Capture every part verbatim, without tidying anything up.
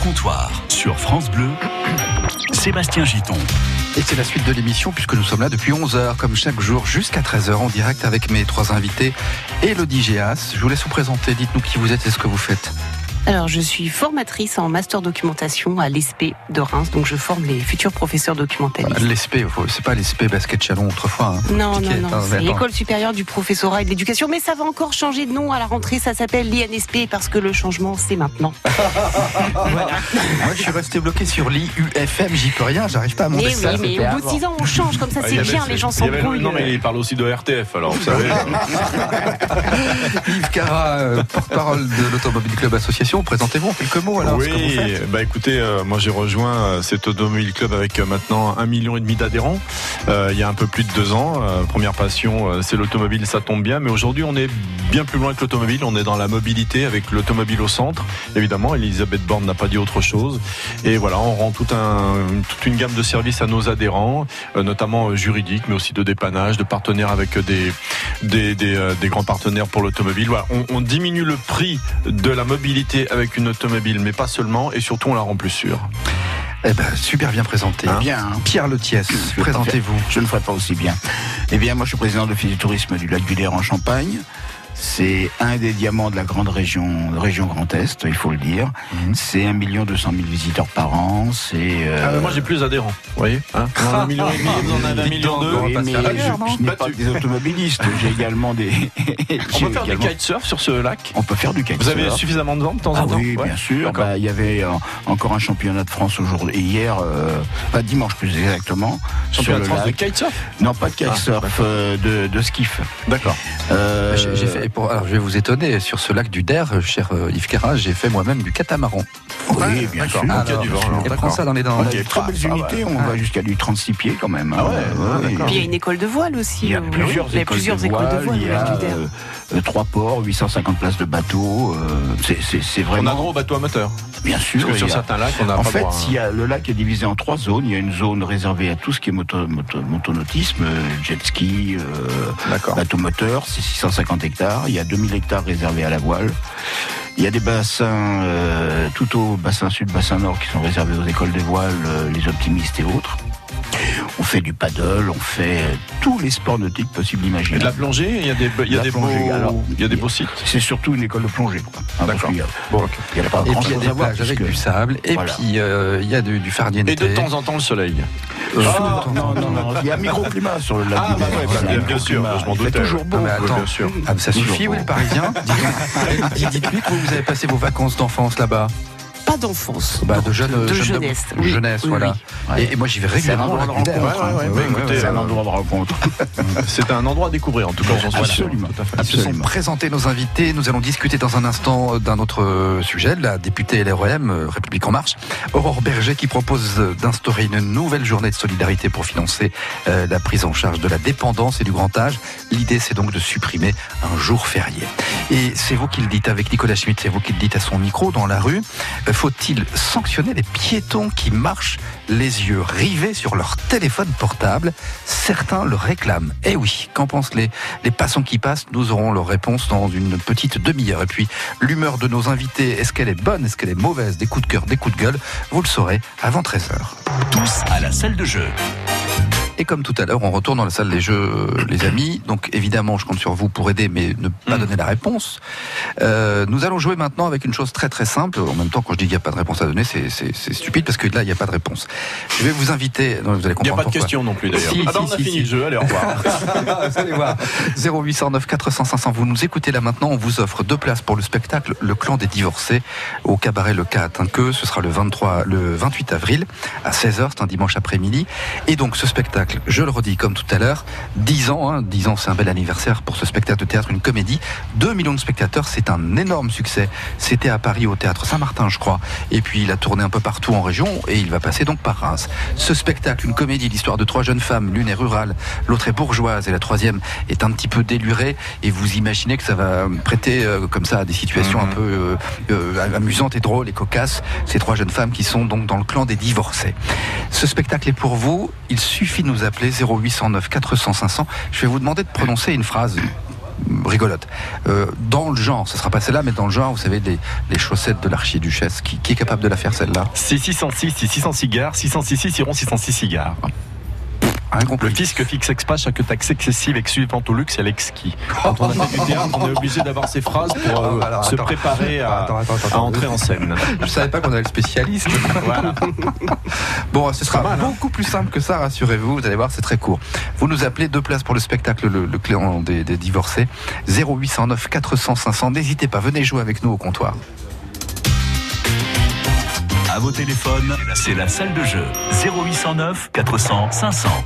comptoir sur France Bleu, Sébastien Giton. Et c'est la suite de l'émission puisque nous sommes là depuis onze heures, comme chaque jour, jusqu'à treize heures en direct avec mes trois invités. Élodie Géas, je vous laisse vous présenter, dites-nous qui vous êtes et ce que vous faites. Alors, je suis formatrice en master documentation à l'E S P de Reims, donc je forme les futurs professeurs documentalistes. L'E S P, c'est pas l'E S P basket chalon autrefois. Hein. Non, non, non, ah, c'est l'École supérieure du professorat et de l'éducation, mais ça va encore changer de nom à la rentrée, ça s'appelle l'I N S P parce que le changement, c'est maintenant. Voilà. Moi, je suis resté bloqué sur l'I U F M, j'y peux rien, j'arrive pas à monter mais ça. Oui, mais au bout de six ans, on change, comme ça, c'est ah, bien, les gens s'embrouillent. Non, mais il parle aussi de R T F, alors, vous savez. Yves Cara, porte-parole de l'Automobile Club Association, présentez-vous. Quelques mots alors. Oui, ce que vous faites. Bah écoutez, euh, moi j'ai rejoint euh, cet Automobile Club avec euh, maintenant un million et demi d'adhérents. Euh, il y a un peu plus de deux ans. Euh, première passion, euh, c'est l'automobile, ça tombe bien. Mais aujourd'hui, on est bien plus loin que l'automobile. On est dans la mobilité avec l'automobile au centre. Évidemment, Elisabeth Borne n'a pas dit autre chose. Et voilà, on rend tout un, toute une gamme de services à nos adhérents, euh, notamment euh, juridiques, mais aussi de dépannage, de partenaires avec des des, des, euh, des grands partenaires pour l'automobile. Voilà, on, on diminue le prix de la mobilité avec une automobile, mais pas seulement, et surtout on la rend plus sûre. Eh ben, super bien présenté. Hein bien. Hein. Pierre Letiès, présentez-vous. Je ne ferai pas aussi bien. Eh bien, moi, je suis président de l'Office du tourisme du Lac du Lér en Champagne. C'est un des diamants de la grande région, région Grand Est, il faut le dire. Mmh. C'est un million deux cent mille visiteurs par an. C'est. Euh... Ah, moi, j'ai plus d'adhérents. Vous voyez, hein, on a un million et demi, vous en avez un million deux. Oui, mais je, je n'ai pas des automobilistes. J'ai également des. On peut faire également... du kitesurf sur ce lac. On peut faire du kitesurf. Vous avez suffisamment de ventes de temps en ah, temps. Oui, ouais. bien sûr. Bah, il y avait euh, encore un championnat de France aujourd'hui, hier, euh, pas dimanche plus exactement. Championnat de France de kitesurf. Non, pas de kitesurf, ah, euh, de, de skiff. D'accord. Euh, j'ai, j'ai fait. Pour, alors, je vais vous étonner. Sur ce lac du Der, cher Yves Cara, j'ai fait moi-même du catamaran. Oui, bien sûr. Alors, il y a du vent. Et prends ça dans les dents. Il y a très belles unités, on va jusqu'à du trente-six pieds quand même. Ah ouais, ouais, ouais, puis il y a une école de voile aussi. Il y a plusieurs, il y a écoles, plusieurs de écoles voile, de voile. Il y a euh, euh, trois ports, huit cent cinquante places de bateaux. Euh, c'est, c'est, c'est vraiment. On a droit au bateau à moteur. Bien sûr. Parce que sur a... certains lacs, on a en pas fait, droit. Si a, le lac est divisé en trois zones. Il y a une zone réservée à tout ce qui est moto, moto, motonautisme, jet ski, euh, bateau moteur. C'est six cent cinquante hectares. Il y a deux mille hectares réservés à la voile. Il y a des bassins euh, tout au bassin sud, bassin nord qui sont réservés aux écoles de voile, euh, les optimistes et autres. On fait du paddle, on fait tous les sports nautiques possibles imaginables. Et de la plongée, il y a des, il y a des beaux, alors, il y a des beaux sites. C'est surtout une école de plongée. Ah, d'accord. Il y a, bon, il y a pas et puis il y a des plages avec du sable, et voilà. puis euh, il y a du, du farniente. Et de temps en temps le soleil. Euh, ah, non, non, non, il y a un microclimat sur le lac. Ah, bah ouais, bah, bien, bien sûr, je m'en doutais. toujours beau. Ah, mais attends, bien sûr. Ah, ça suffit, oui, le Parisien. Dites-lui que vous avez passé vos vacances d'enfance là-bas. Pas d'enfance. Bah, de, jeune, de jeune jeunesse. De, oui. jeunesse, oui, voilà. Oui. Et, et moi, j'y vais régulièrement. C'est un endroit de rencontre. Ouais, ouais, ouais, ouais, écoutez, c'est un endroit de rencontre. C'est un endroit à découvrir, en tout cas. J'en suis Absolument. Tout à fait. Absolument. Absolument. Présenter nos invités. Nous allons discuter dans un instant d'un autre sujet, la députée L R E M, République En Marche, Aurore Berger, qui propose d'instaurer une nouvelle journée de solidarité pour financer euh, la prise en charge de la dépendance et du grand âge. L'idée, c'est donc de supprimer un jour férié. Et c'est vous qui le dites avec Nicolas Schmitt, c'est vous qui le dites à son micro dans la rue. Faut-il sanctionner les piétons qui marchent les yeux rivés sur leur téléphone portable? Certains le réclament. Eh oui, qu'en pensent les, les passants qui passent? Nous aurons leur réponse dans une petite demi-heure. Et puis, l'humeur de nos invités, est-ce qu'elle est bonne, est-ce qu'elle est mauvaise? Des coups de cœur, des coups de gueule, vous le saurez avant treize heures. Tous à la salle de jeu. Et comme tout à l'heure, on retourne dans la salle des jeux, les amis. Donc évidemment, je compte sur vous pour aider, mais ne pas donner la réponse. Euh, nous allons jouer maintenant avec une chose très très simple. En même temps, quand je dis qu'il n'y a pas de réponse à donner, c'est, c'est, c'est stupide parce que là, il n'y a pas de réponse. Je vais vous inviter. Non, vous allez comprendre. Il n'y a pas de pourquoi. question non plus d'ailleurs. Si, ah ben, si, on a si, fini si. le jeu. Allez, au revoir. Vous allez voir. zéro huit cent neuf quatre cents cinq cents. Vous nous écoutez là maintenant. On vous offre deux places pour le spectacle Le Clan des Divorcés au cabaret Le Cas à Tinqueux. Ce sera le vingt-trois, le vingt-huit avril à seize heures. C'est un dimanche après-midi. Et donc ce spectacle, je le redis comme tout à l'heure, dix ans, hein, dix ans, c'est un bel anniversaire pour ce spectacle de théâtre, une comédie, deux millions de spectateurs, c'est un énorme succès. C'était à Paris au théâtre Saint-Martin, je crois, et puis il a tourné un peu partout en région, et il va passer donc par Reims. Ce spectacle, une comédie, l'histoire de trois jeunes femmes, l'une est rurale, l'autre est bourgeoise, et la troisième est un petit peu délurée, et vous imaginez que ça va prêter euh, comme ça à des situations mmh. un peu euh, euh, amusantes et drôles et cocasses, ces trois jeunes femmes qui sont donc dans le clan des divorcés. Ce spectacle est pour vous, il suffit de nous appeler zéro huit cent neuf quatre cents cinq cents. Je vais vous demander de prononcer une phrase rigolote. Euh, dans le genre, ce sera pas celle-là, mais dans le genre, vous savez, les, les chaussettes de l'archiduchesse. Qui, qui est capable de la faire, celle-là? C'est six cent six, c'est six cents cigares, six cent six, iront six cent six cigares. Le fisc fixe expas chaque taxe excessive excluant au luxe et à l'exquis. Quand on a fait du théâtre, on est obligé d'avoir ces phrases pour euh, Alors, se attends. préparer à, attends, attends, attends, à entrer en scène. Je savais pas qu'on avait le spécialiste. Voilà. Bon, ce sera mal, beaucoup hein. plus simple que ça, rassurez-vous. Vous allez voir, c'est très court. Vous nous appelez, deux places pour le spectacle Le, le clan des, des divorcés. zéro huit cent neuf quatre cents cinq cents. N'hésitez pas, venez jouer avec nous au comptoir. À vos téléphones, c'est la salle de jeu. zéro huit cent neuf quatre cents cinq cents.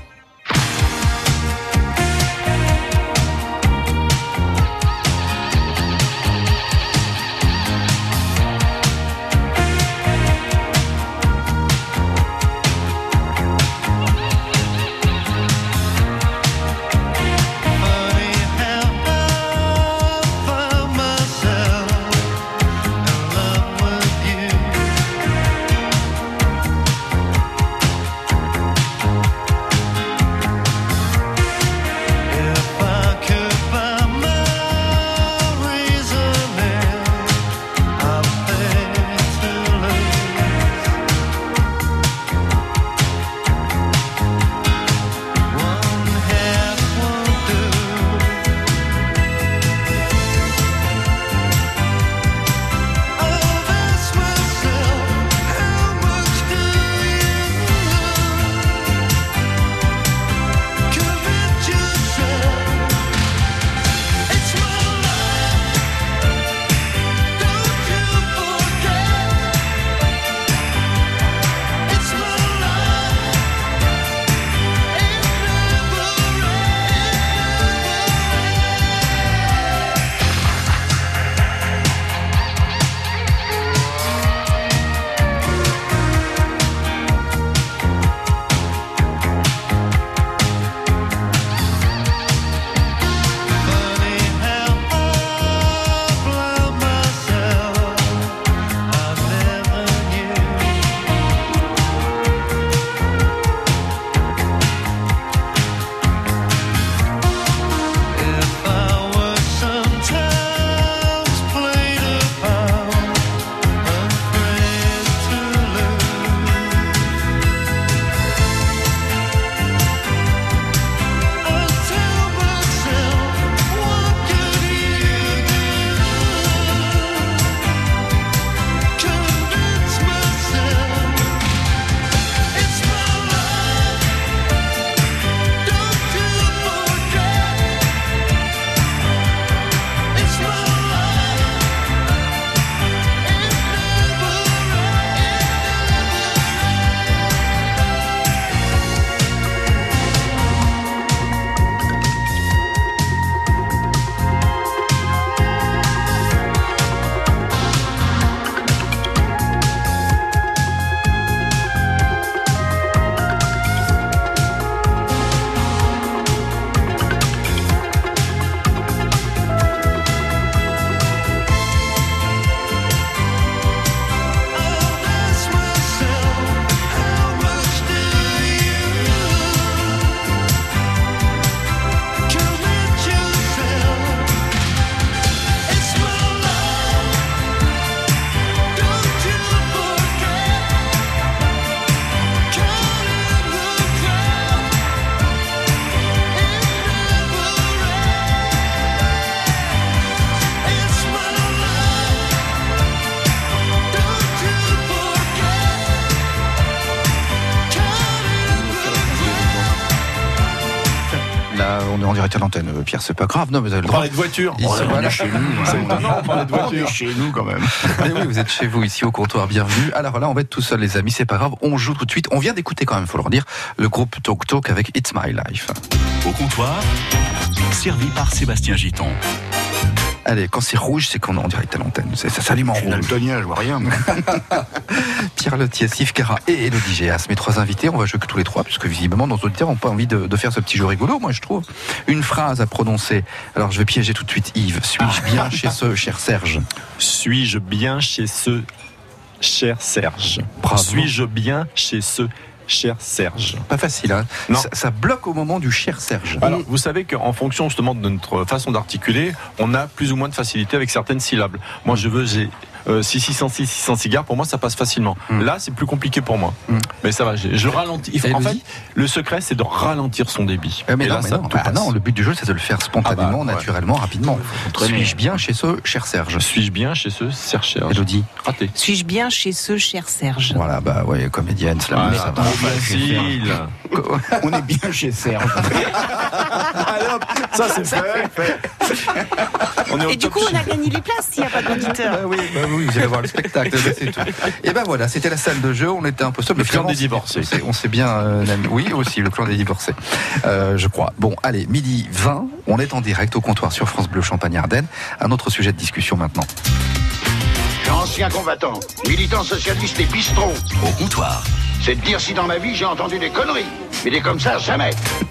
on est en direct à l'antenne, Pierre, c'est pas grave. Non, mais vous avez le on droit. parlait de voiture. Ici, on voilà. est chez nous. C'est étonnant, on parlait de voiture. On est chez nous quand même. Mais oui, vous êtes chez vous ici au comptoir, bienvenue. Alors là, on va être tout seul, les amis, c'est pas grave. On joue tout de suite. On vient d'écouter quand même, faut le redire, le groupe Talk Talk avec It's My Life. Au comptoir, servi par Sébastien Giton. Allez, quand c'est rouge, c'est qu'on est en direct à l'antenne. C'est, ça s'allume en Je suis rouge. daltonien, je vois rien. Pierre Letier, Steve Cara et Elodie Géas, mes trois invités. On va jouer que tous les trois, puisque visiblement nos auditeurs n'ont pas envie de, de faire ce petit jeu rigolo, moi je trouve. Une phrase à prononcer. Alors je vais piéger tout de suite Yves. Suis-je bien chez ce cher Serge? Suis-je bien chez ce cher Serge? Bravo. Suis-je bien chez ce cher Serge. Pas facile, hein. Non. Ça, ça bloque au moment du cher Serge. Alors, vous savez qu'en fonction justement de notre façon d'articuler, on a plus ou moins de facilité avec certaines syllabes. Moi, je veux, j'ai euh, six six cent six, six cents cigares, pour moi, ça passe facilement. Mm. Là, c'est plus compliqué pour moi. Mm. Mais ça va, je, je ralentis. Il faut, en fait, le secret, c'est de ralentir son débit. Euh, mais Et non, là, mais ça, non. tout Ah passe. non, le but du jeu, c'est de le faire spontanément, Ah bah, ouais. naturellement, rapidement. Suis-je bien chez ce cher Serge? Suis-je bien chez ce Serge? Elodie? Raté. Suis-je bien chez ce cher Serge? Voilà, bah ouais, comédienne, c'est la Ah, même ça ça. va, facile. On est bien chez Serge. Allez hop, ça c'est fait. fait. On est au Et du top coup, on chef. a gagné les places s'il n'y a pas d'auditeur. Bah oui, bah oui, vous allez voir le spectacle, c'est tout. Et ben voilà, c'était la salle de jeu, on était un peu seul. Le clan des divorcés. On s'est, on s'est bien... Euh, oui, aussi, le clan des divorcés, euh, je crois. Bon, allez, midi vingt, on est en direct au comptoir sur France Bleu Champagne-Ardenne. Un autre sujet de discussion maintenant. Ancien combattant, militant socialiste et bistrot. Au comptoir. C'est de dire si dans ma vie j'ai entendu des conneries. Mais des comme ça, jamais.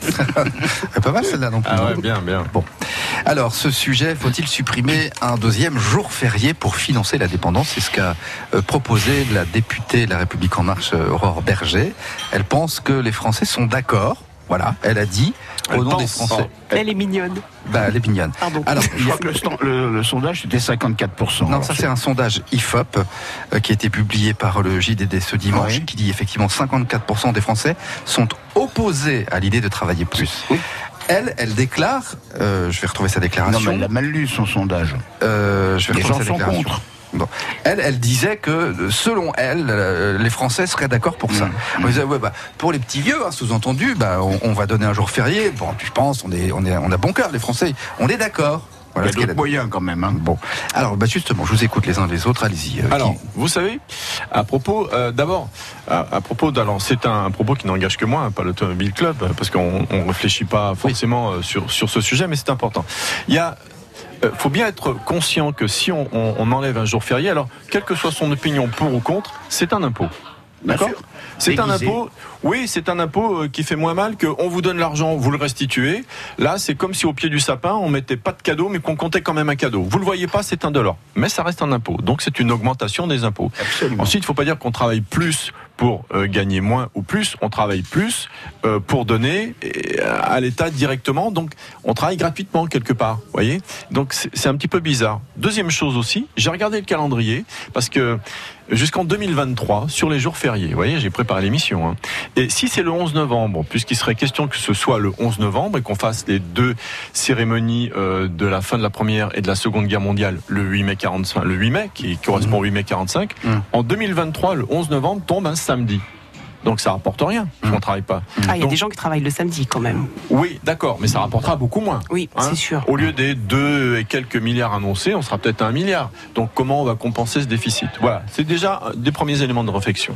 Pas mal celle-là non plus. Ah non ouais, bien, bien. Bon. Alors, ce sujet, faut-il supprimer un deuxième jour férié pour financer la dépendance? C'est ce qu'a euh, proposé la députée de La République En Marche, euh, Aurore Berger. Elle pense que les Français sont d'accord. Voilà, elle a dit, au Elle nom pense. des Français. Elle est mignonne. Bah, elle est mignonne. Pardon. Alors, Je crois que le, stand- le, le sondage c'était cinquante-quatre pour cent. non, Alors, ça c'est un sondage I F O P euh, qui a été publié par le J D D ce dimanche, Oui. qui dit effectivement cinquante-quatre pour cent des Français sont opposés à l'idée de travailler plus. Oui. Elle, elle déclare, euh, je vais retrouver sa Non, déclaration. mais elle a mal lu son sondage. Euh, je vais Les retrouver gens sa sont déclaration. contre. Bon. Elle, elle disait que, selon elle, euh, les Français seraient d'accord pour ça. Mmh. On disait, ouais, bah, pour les petits vieux, hein, sous-entendu, bah, on, on va donner un jour férié. Bon, je pense, on est, on est, on a bon cœur, les Français. On est d'accord. Voilà Il ce y a qu'elle d'autres a dit. moyens quand même. Hein. Bon. Alors, bah, justement, je vous écoute les uns les autres. Allez-y. euh, Alors, qui- vous savez, à propos, euh, d'abord, à, à propos d'alors, c'est un, un propos qui n'engage que moi, hein, pas l'Automobile Club, euh, parce qu'on ne réfléchit pas forcément euh, sur, sur ce sujet, mais c'est important. Il y a, euh, faut bien être conscient que si on, on, on enlève un jour férié, alors, quelle que soit son opinion pour ou contre, c'est un impôt. D'accord ? sûr. C'est un Déguisé. impôt, oui, c'est un impôt euh, qui fait moins mal que on vous donne l'argent, vous le restituez. Là, c'est comme si au pied du sapin, on mettait pas de cadeau, mais qu'on comptait quand même un cadeau. Vous le voyez pas, c'est un dollar. Mais ça reste un impôt. Donc, c'est une augmentation des impôts. Absolument. Ensuite, il ne faut pas dire qu'on travaille plus pour euh, gagner moins ou plus. On travaille plus euh, pour donner euh, à l'État directement. Donc, on travaille gratuitement quelque part. Vous voyez ? Donc, c'est c'est un petit peu bizarre. Deuxième chose aussi, j'ai regardé le calendrier parce que jusqu'en deux mille vingt-trois, sur les jours fériés, vous voyez, j'ai préparé l'émission. Hein. Et si c'est le onze novembre, puisqu'il serait question que ce soit le onze novembre et qu'on fasse les deux cérémonies euh, de la fin de la Première et de la Seconde Guerre mondiale, le huit mai quarante-cinq, le huit mai, qui correspond au huit mai quarante-cinq, Mmh. en deux mille vingt-trois, le onze novembre tombe un samedi. Donc ça rapporte rien, parce qu'on ne travaille pas. Ah, il y a Donc, des gens qui travaillent le samedi quand même. oui, d'accord, mais ça rapportera beaucoup moins. Oui, Hein, c'est sûr. Au lieu des deux et quelques milliards annoncés, on sera peut-être à un milliard. Donc comment on va compenser ce déficit? Voilà, c'est déjà des premiers éléments de réflexion.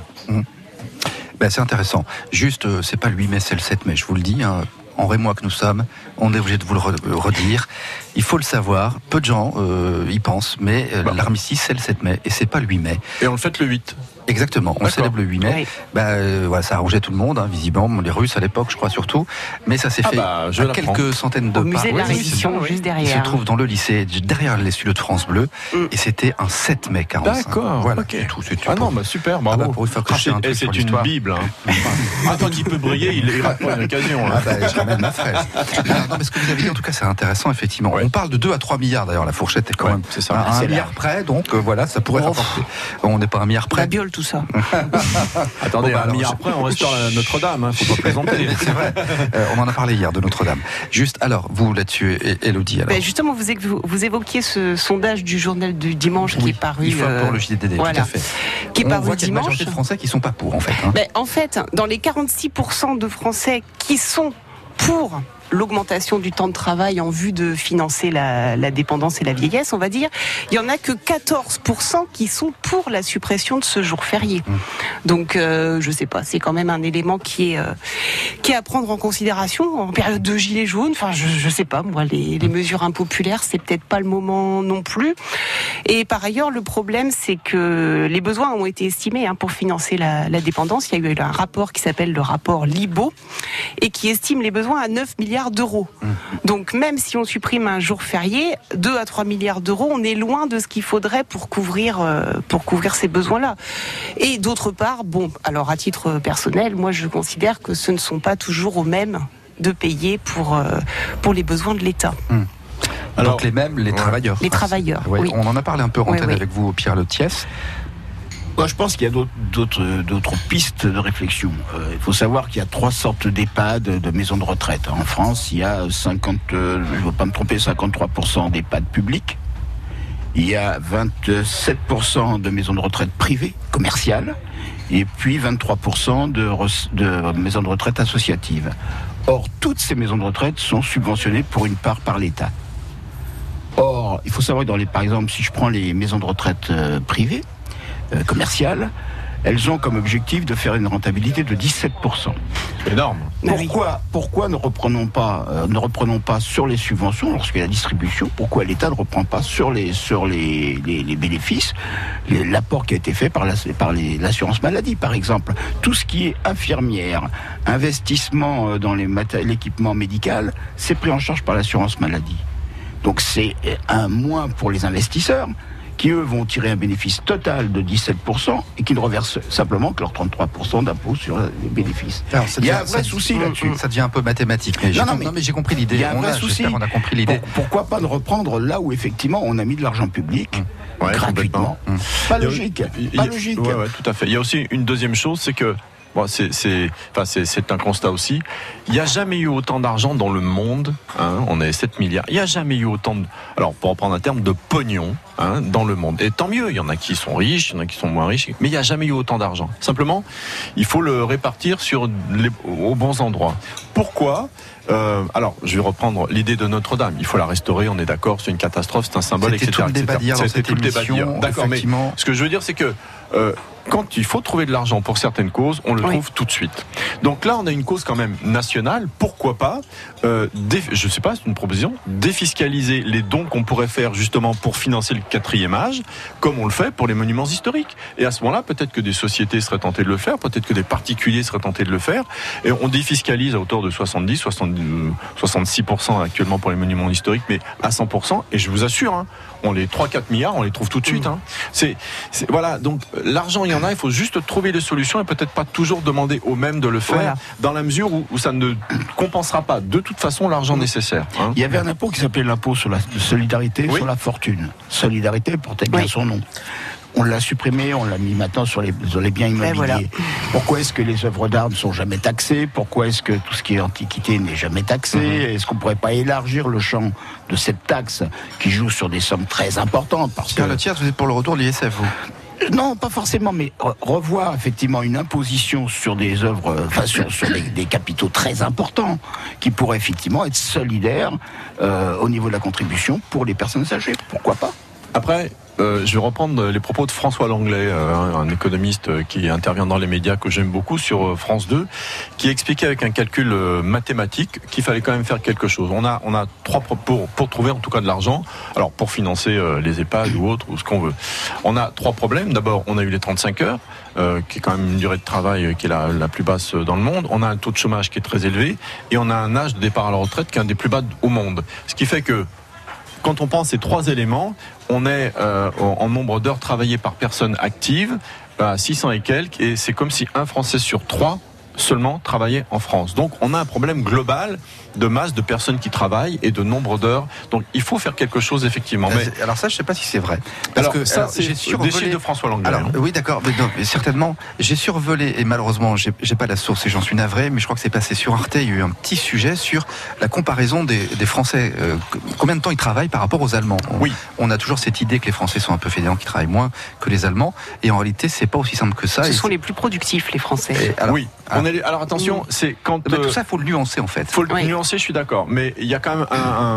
Ben, c'est intéressant. Juste, euh, c'est pas le huit mai, c'est le sept mai, je vous le dis. Hein. En rémois que nous sommes, on est obligé de vous le re- redire. Il faut le savoir. Peu de gens euh, y pensent, mais euh, Bah. l'armistice, c'est le sept mai, et c'est pas le huit mai. Et on le fait le huit. Exactement, on D'accord. célèbre le huit mai. Oui. Bah, euh, voilà, ça arrangeait tout le monde, hein, visiblement, les Russes à l'époque, je crois surtout. Mais ça s'est Ah fait bah, je à l'apprends. quelques centaines de Au pas. musée de la Oui, oui, Révolution, c'est ça. juste Il se derrière. trouve dans le lycée, derrière les studios de France Bleu, Mm. et c'était un sept mai quarante-cinq. D'accord, Voilà, ok. c'est tout. C'est Ah pour- non, bah super, Ah bravo. bah, pour une fois que je sais un c'est truc et sur c'est une l'histoire. bible. Hein. Ah, quand il peut briller, il il rate pas une occasion. Ah Hein. bah, je ramène ma fraise. Non, non, mais ce que vous avez dit, en tout cas, c'est intéressant, effectivement. Ouais. On parle de deux à trois milliards, d'ailleurs, la fourchette est quand Ouais, même c'est ça. à un C'est milliard large. près, donc euh, voilà, ça pourrait Oh. rapporter. On n'est pas un milliard près. Babiole, tout ça. Attendez, Bon, bah, un alors, milliard je- après, on restaure la Notre-Dame. Hein, faut pas plaisanter. C'est vrai. Euh, on en a parlé hier de Notre-Dame. Juste, alors, vous là-dessus, é- Élodie, alors. Ben, justement, vous, éc- vous évoquiez ce sondage du journal du dimanche qui Oui, est paru, il faut euh, pour le J D D, voilà. tout à fait. qui est On paru voit qu'il y a une dimanche. majorité de Français qui sont pas pour, en fait. hein. Ben, en fait, dans les quarante-six pour cent de Français qui sont pour l'augmentation du temps de travail en vue de financer la, la dépendance et la vieillesse, on va dire, il y en a que quatorze pour cent qui sont pour la suppression de ce jour férié. Donc, euh, je sais pas, c'est quand même un élément qui est, euh, qui est à prendre en considération en période de gilets jaunes. Enfin, je, je sais pas, moi, les, les mesures impopulaires, c'est peut-être pas le moment non plus. Et par ailleurs, le problème, c'est que les besoins ont été estimés hein, pour financer la, la dépendance. Il y a eu un rapport qui s'appelle le rapport Libaud et qui estime les besoins à neuf milliards d'euros. Mmh. Donc même si on supprime un jour férié, deux à trois milliards d'euros, on est loin de ce qu'il faudrait pour couvrir, euh, pour couvrir ces besoins-là. Et d'autre part, bon, alors à titre personnel, moi je considère que ce ne sont pas toujours aux mêmes de payer pour, euh, pour les besoins de l'État. Mmh. Alors, donc les mêmes, les ouais. travailleurs. Les travailleurs, oui. oui. On en a parlé un peu en oui, antenne oui. avec vous, Pierre Le Thiès. Moi, je pense qu'il y a d'autres, d'autres, d'autres pistes de réflexion. Euh, il faut savoir qu'il y a trois sortes d'EHPAD, de maisons de retraite. En France, il y a cinquante, euh, je ne veux pas me tromper, cinquante-trois pour cent d'EHPAD publics. Il y a vingt-sept pour cent de maisons de retraite privées, commerciales. Et puis vingt-trois pour cent de, re- de maisons de retraite associatives. Or, toutes ces maisons de retraite sont subventionnées pour une part par l'État. Or, il faut savoir que dans les, par exemple, si je prends les maisons de retraite euh, privées, euh, commerciales, elles ont comme objectif de faire une rentabilité de dix-sept pour cent. C'est énorme. Pourquoi, pourquoi ne reprenons pas, euh, ne reprenons pas sur les subventions lorsqu'il y a la distribution? Pourquoi l'État ne reprend pas sur les, sur les, les, les bénéfices les, l'apport qui a été fait par, la, par les, l'assurance maladie, par exemple? Tout ce qui est infirmière, investissement dans les maté- l'équipement médical, c'est pris en charge par l'assurance maladie. Donc c'est un moins pour les investisseurs qui, eux, vont tirer un bénéfice total de dix-sept pour cent et qui ne reversent simplement que leurs trente-trois pour cent d'impôts sur les bénéfices. Alors, ça il y devient, a un vrai ça, souci ça, là-dessus. Ça devient un peu mathématique. Mais, non, j'ai, non, com- mais non, mais j'ai compris l'idée. Il y a un on vrai a, souci. J'espère qu'on a compris l'idée. Pour, pourquoi pas de reprendre là où, effectivement, on a mis de l'argent public mmh. ouais, gratuitement mmh. Pas logique. Il, pas il, logique. Ouais, ouais, tout à fait. Il y a aussi une deuxième chose, c'est que Bon, c'est, c'est, enfin, c'est, c'est un constat aussi. Il n'y a jamais eu autant d'argent dans le monde. Hein, on est sept milliards. Il n'y a jamais eu autant de, alors pour reprendre un terme, de pognon hein, dans le monde. Et tant mieux, il y en a qui sont riches, il y en a qui sont moins riches, mais il n'y a jamais eu autant d'argent. Simplement, il faut le répartir sur les, aux bons endroits. Pourquoi ? Euh, alors, je vais reprendre l'idée de Notre-Dame. Il faut la restaurer, on est d'accord, c'est une catastrophe, c'est un symbole, C'était et cetera. Tout le débat d'hier dans cette tout le débat d'hier. D'accord, mais ce que je veux dire, c'est que euh, quand il faut trouver de l'argent pour certaines causes, on le oui. trouve tout de suite. Donc là, on a une cause quand même nationale. Pourquoi pas, euh, dé- je sais pas, c'est une proposition, défiscaliser les dons qu'on pourrait faire justement pour financer le quatrième âge, comme on le fait pour les monuments historiques. Et à ce moment-là, peut-être que des sociétés seraient tentées de le faire, peut-être que des particuliers seraient tentés de le faire. Et on défiscalise à hauteur de soixante-dix, soixante-dix, soixante-six pour cent actuellement pour les monuments historiques, mais à cent pour cent. Et je vous assure, hein, on les trois à quatre milliards, on les trouve tout de suite. Hein. C'est, c'est, voilà, donc l'argent, il y en a, il faut juste trouver des solutions et peut-être pas toujours demander aux mêmes de le faire, voilà. dans la mesure où, où ça ne compensera pas de toute façon l'argent nécessaire. Hein. Il y avait un impôt qui s'appelait l'impôt sur la solidarité oui. sur la fortune. Solidarité portait bien oui. son nom. On l'a supprimé, on l'a mis maintenant sur les, sur les biens immobiliers. Voilà. Pourquoi est-ce que les œuvres d'art ne sont jamais taxées ? Pourquoi est-ce que tout ce qui est antiquité n'est jamais taxé ? mmh. Est-ce qu'on ne pourrait pas élargir le champ de cette taxe qui joue sur des sommes très importantes parce Pierre que... Le Thiers, vous êtes pour le retour de l'I S F, vous ? Non, pas forcément, mais revoir effectivement une imposition sur des œuvres, enfin sur, sur des, des capitaux très importants, qui pourraient effectivement être solidaires euh, au niveau de la contribution pour les personnes âgées. Pourquoi pas ? Après, euh, je vais reprendre les propos de François Langlais, euh, un économiste qui intervient dans les médias que j'aime beaucoup sur France deux, qui expliquait avec un calcul euh, mathématique qu'il fallait quand même faire quelque chose. On a, on a trois pour pour trouver en tout cas de l'argent. Alors pour financer euh, les EHPAD ou autres ou ce qu'on veut. On a trois problèmes. D'abord, on a eu les trente-cinq heures, euh, qui est quand même une durée de travail qui est la, la plus basse dans le monde. On a un taux de chômage qui est très élevé et on a un âge de départ à la retraite qui est un des plus bas au monde. Ce qui fait que quand on pense ces trois éléments, on est euh, en nombre d'heures travaillées par personne active à six cents et quelques, et c'est comme si un Français sur trois seulement travaillait en France. Donc on a un problème global de masse de personnes qui travaillent et de nombre d'heures. Donc il faut faire quelque chose effectivement. Mais alors ça, je ne sais pas si c'est vrai. Parce alors que ça, alors, c'est j'ai survolé... des chiffres de François Langlais. Alors hein. oui, d'accord, mais non, mais certainement. J'ai survolé et malheureusement, j'ai, j'ai pas la source et j'en suis navré, mais je crois que c'est passé sur Arte. Il y a eu un petit sujet sur la comparaison des, des Français. Euh, combien de temps ils travaillent par rapport aux Allemands. On, oui. On a toujours cette idée que les Français sont un peu fainéants, qu'ils travaillent moins que les Allemands, et en réalité, c'est pas aussi simple que ça. Ce et sont c'est... les plus productifs, les Français. Et alors, oui. Ah. On est. Alors attention, c'est quand ben, tout ça, faut le nuancer en fait. Faut le oui. nuancer, je suis d'accord. Mais il y a quand même un, un,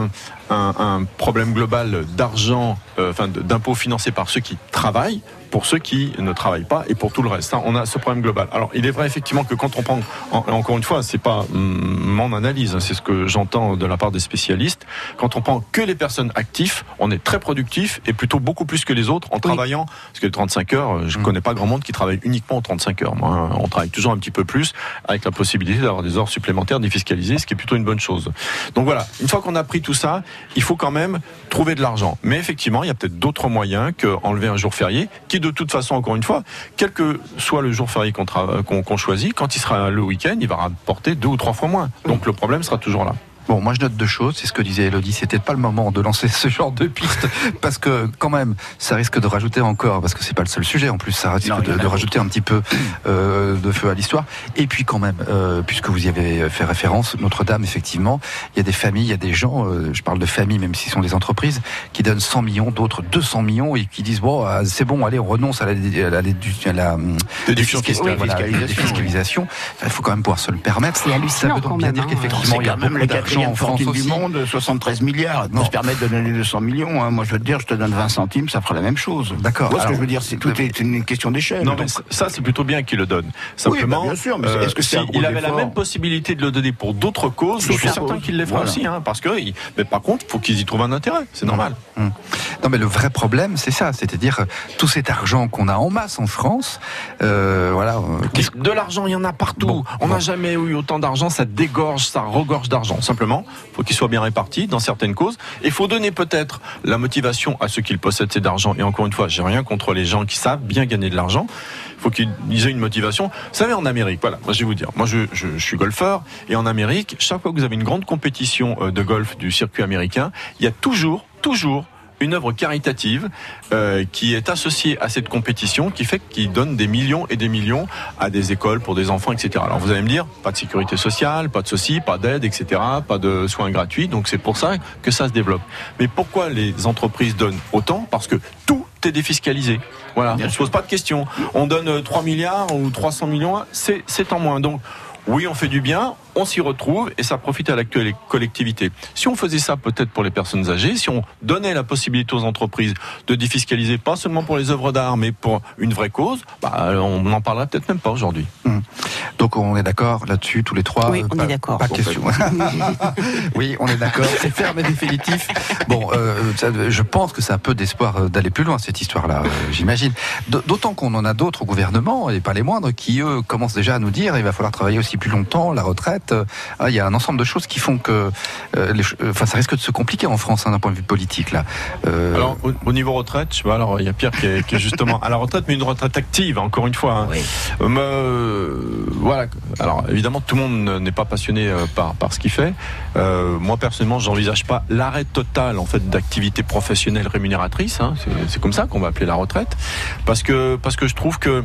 un, un problème global d'argent, euh, enfin d'impôts financés par ceux qui travaillent, pour ceux qui ne travaillent pas et pour tout le reste. On a ce problème global. Alors, il est vrai effectivement que quand on prend, encore une fois, c'est pas mon analyse, c'est ce que j'entends de la part des spécialistes. Quand on prend que les personnes actives, on est très productif et plutôt beaucoup plus que les autres en oui. travaillant. Parce que les trente-cinq heures, je ne mmh. connais pas grand monde qui travaille uniquement en trente-cinq heures. Moi, on travaille toujours un petit peu plus avec la possibilité d'avoir des heures supplémentaires défiscalisées, ce qui est plutôt une bonne chose. Donc voilà, une fois qu'on a pris tout ça, il faut quand même trouver de l'argent. Mais effectivement, il y a peut-être d'autres moyens qu'enlever un jour férié, qui de toute façon, encore une fois, quel que soit le jour férié qu'on, tra- qu'on, qu'on choisit, quand il sera le week-end, il va rapporter deux ou trois fois moins. Donc le problème sera toujours là. Bon, moi je note deux choses, c'est ce que disait Elodie, c'était pas le moment de lancer ce genre de piste, parce que quand même, ça risque de rajouter encore, parce que c'est pas le seul sujet, en plus ça risque non, de, de rajouter un petit peu euh, de feu à l'histoire. Et puis quand même, euh, puisque vous y avez fait référence, Notre-Dame, effectivement, il y a des familles, il y a des gens, euh, je parle de familles, même s'ils sont des entreprises, qui donnent cent millions, d'autres deux cents millions, et qui disent, bon, c'est bon, allez, on renonce à la, à la, à la, déduction fiscale, voilà, défiscalisation. Il faut quand même pouvoir se le permettre. C'est hallucinant. Ça veut donc bien dire qu'effectivement, il y a beaucoup d'argent en France du monde, soixante-treize milliards, de se permettre de donner deux cents millions. Hein. Moi, je veux te dire, je te donne vingt centimes, ça fera la même chose. D'accord. Moi, ce que je veux dire, c'est tout est une question d'échelle. Non, donc, mais ça, c'est plutôt bien qu'il le donne. Simplement, oui, bah bien sûr, mais euh, est-ce que c'est s'il avait la même possibilité de le donner pour d'autres causes, je suis certain qu'il les fera voilà. aussi, hein, parce que, mais par contre, il faut qu'ils y trouvent un intérêt. C'est normal. Mmh. Non, mais le vrai problème, c'est ça, c'est-à-dire tout cet argent qu'on a en masse en France, euh, voilà. Qu'est-ce... De l'argent, il y en a partout. Bon, On n'a bon. jamais eu autant d'argent, ça dégorge, ça regorge d'argent. Simplement, il faut qu'il soit bien réparti dans certaines causes. Il faut donner peut-être la motivation à ceux qui possèdent cet argent. Et encore une fois, j'ai rien contre les gens qui savent bien gagner de l'argent. Il faut qu'ils aient une motivation. Vous savez, en Amérique, voilà, moi je vais vous dire, moi je, je, je suis golfeur, et en Amérique, chaque fois que vous avez une grande compétition de golf du circuit américain, il y a toujours, toujours une œuvre caritative euh, qui est associée à cette compétition, qui fait qu'ils donnent des millions et des millions à des écoles pour des enfants, et cetera. Alors vous allez me dire, pas de sécurité sociale, pas de ceci, pas d'aide, et cetera, pas de soins gratuits, donc c'est pour ça que ça se développe. Mais pourquoi les entreprises donnent autant ? Parce que tout est défiscalisé. Voilà, on ne se pose pas de questions. On donne trois milliards ou trois cents millions, c'est, c'est en moins. Donc, oui, on fait du bien, on s'y retrouve et ça profite à la collectivité. Si on faisait ça peut-être pour les personnes âgées, si on donnait la possibilité aux entreprises de défiscaliser, pas seulement pour les œuvres d'art, mais pour une vraie cause, bah, on n'en parlerait peut-être même pas aujourd'hui. Mmh. Donc on est d'accord là-dessus, tous les trois. Oui, on pas, est d'accord. Pas question. Oui, on est d'accord. C'est ferme et définitif. Bon, euh, ça, je pense que c'est un peu d'espoir d'aller plus loin cette histoire-là, euh, j'imagine. D'autant qu'on en a d'autres au gouvernement, et pas les moindres, qui eux commencent déjà à nous dire il va falloir travailler aussi plus longtemps, la retraite. Ah, il y a un ensemble de choses qui font que, euh, les, enfin, ça risque de se compliquer en France hein, d'un point de vue politique là. Euh... Alors au, au niveau retraite, je sais pas, alors il y a Pierre qui est, qui est justement à la retraite, mais une retraite active, encore une fois. Hein. Oui. Euh, euh, voilà. Alors évidemment, tout le monde n'est pas passionné par par ce qu'il fait. Euh, moi personnellement, j'envisage pas l'arrêt total en fait d'activité professionnelle rémunératrice. Hein. C'est, c'est comme ça qu'on va appeler la retraite, parce que parce que je trouve que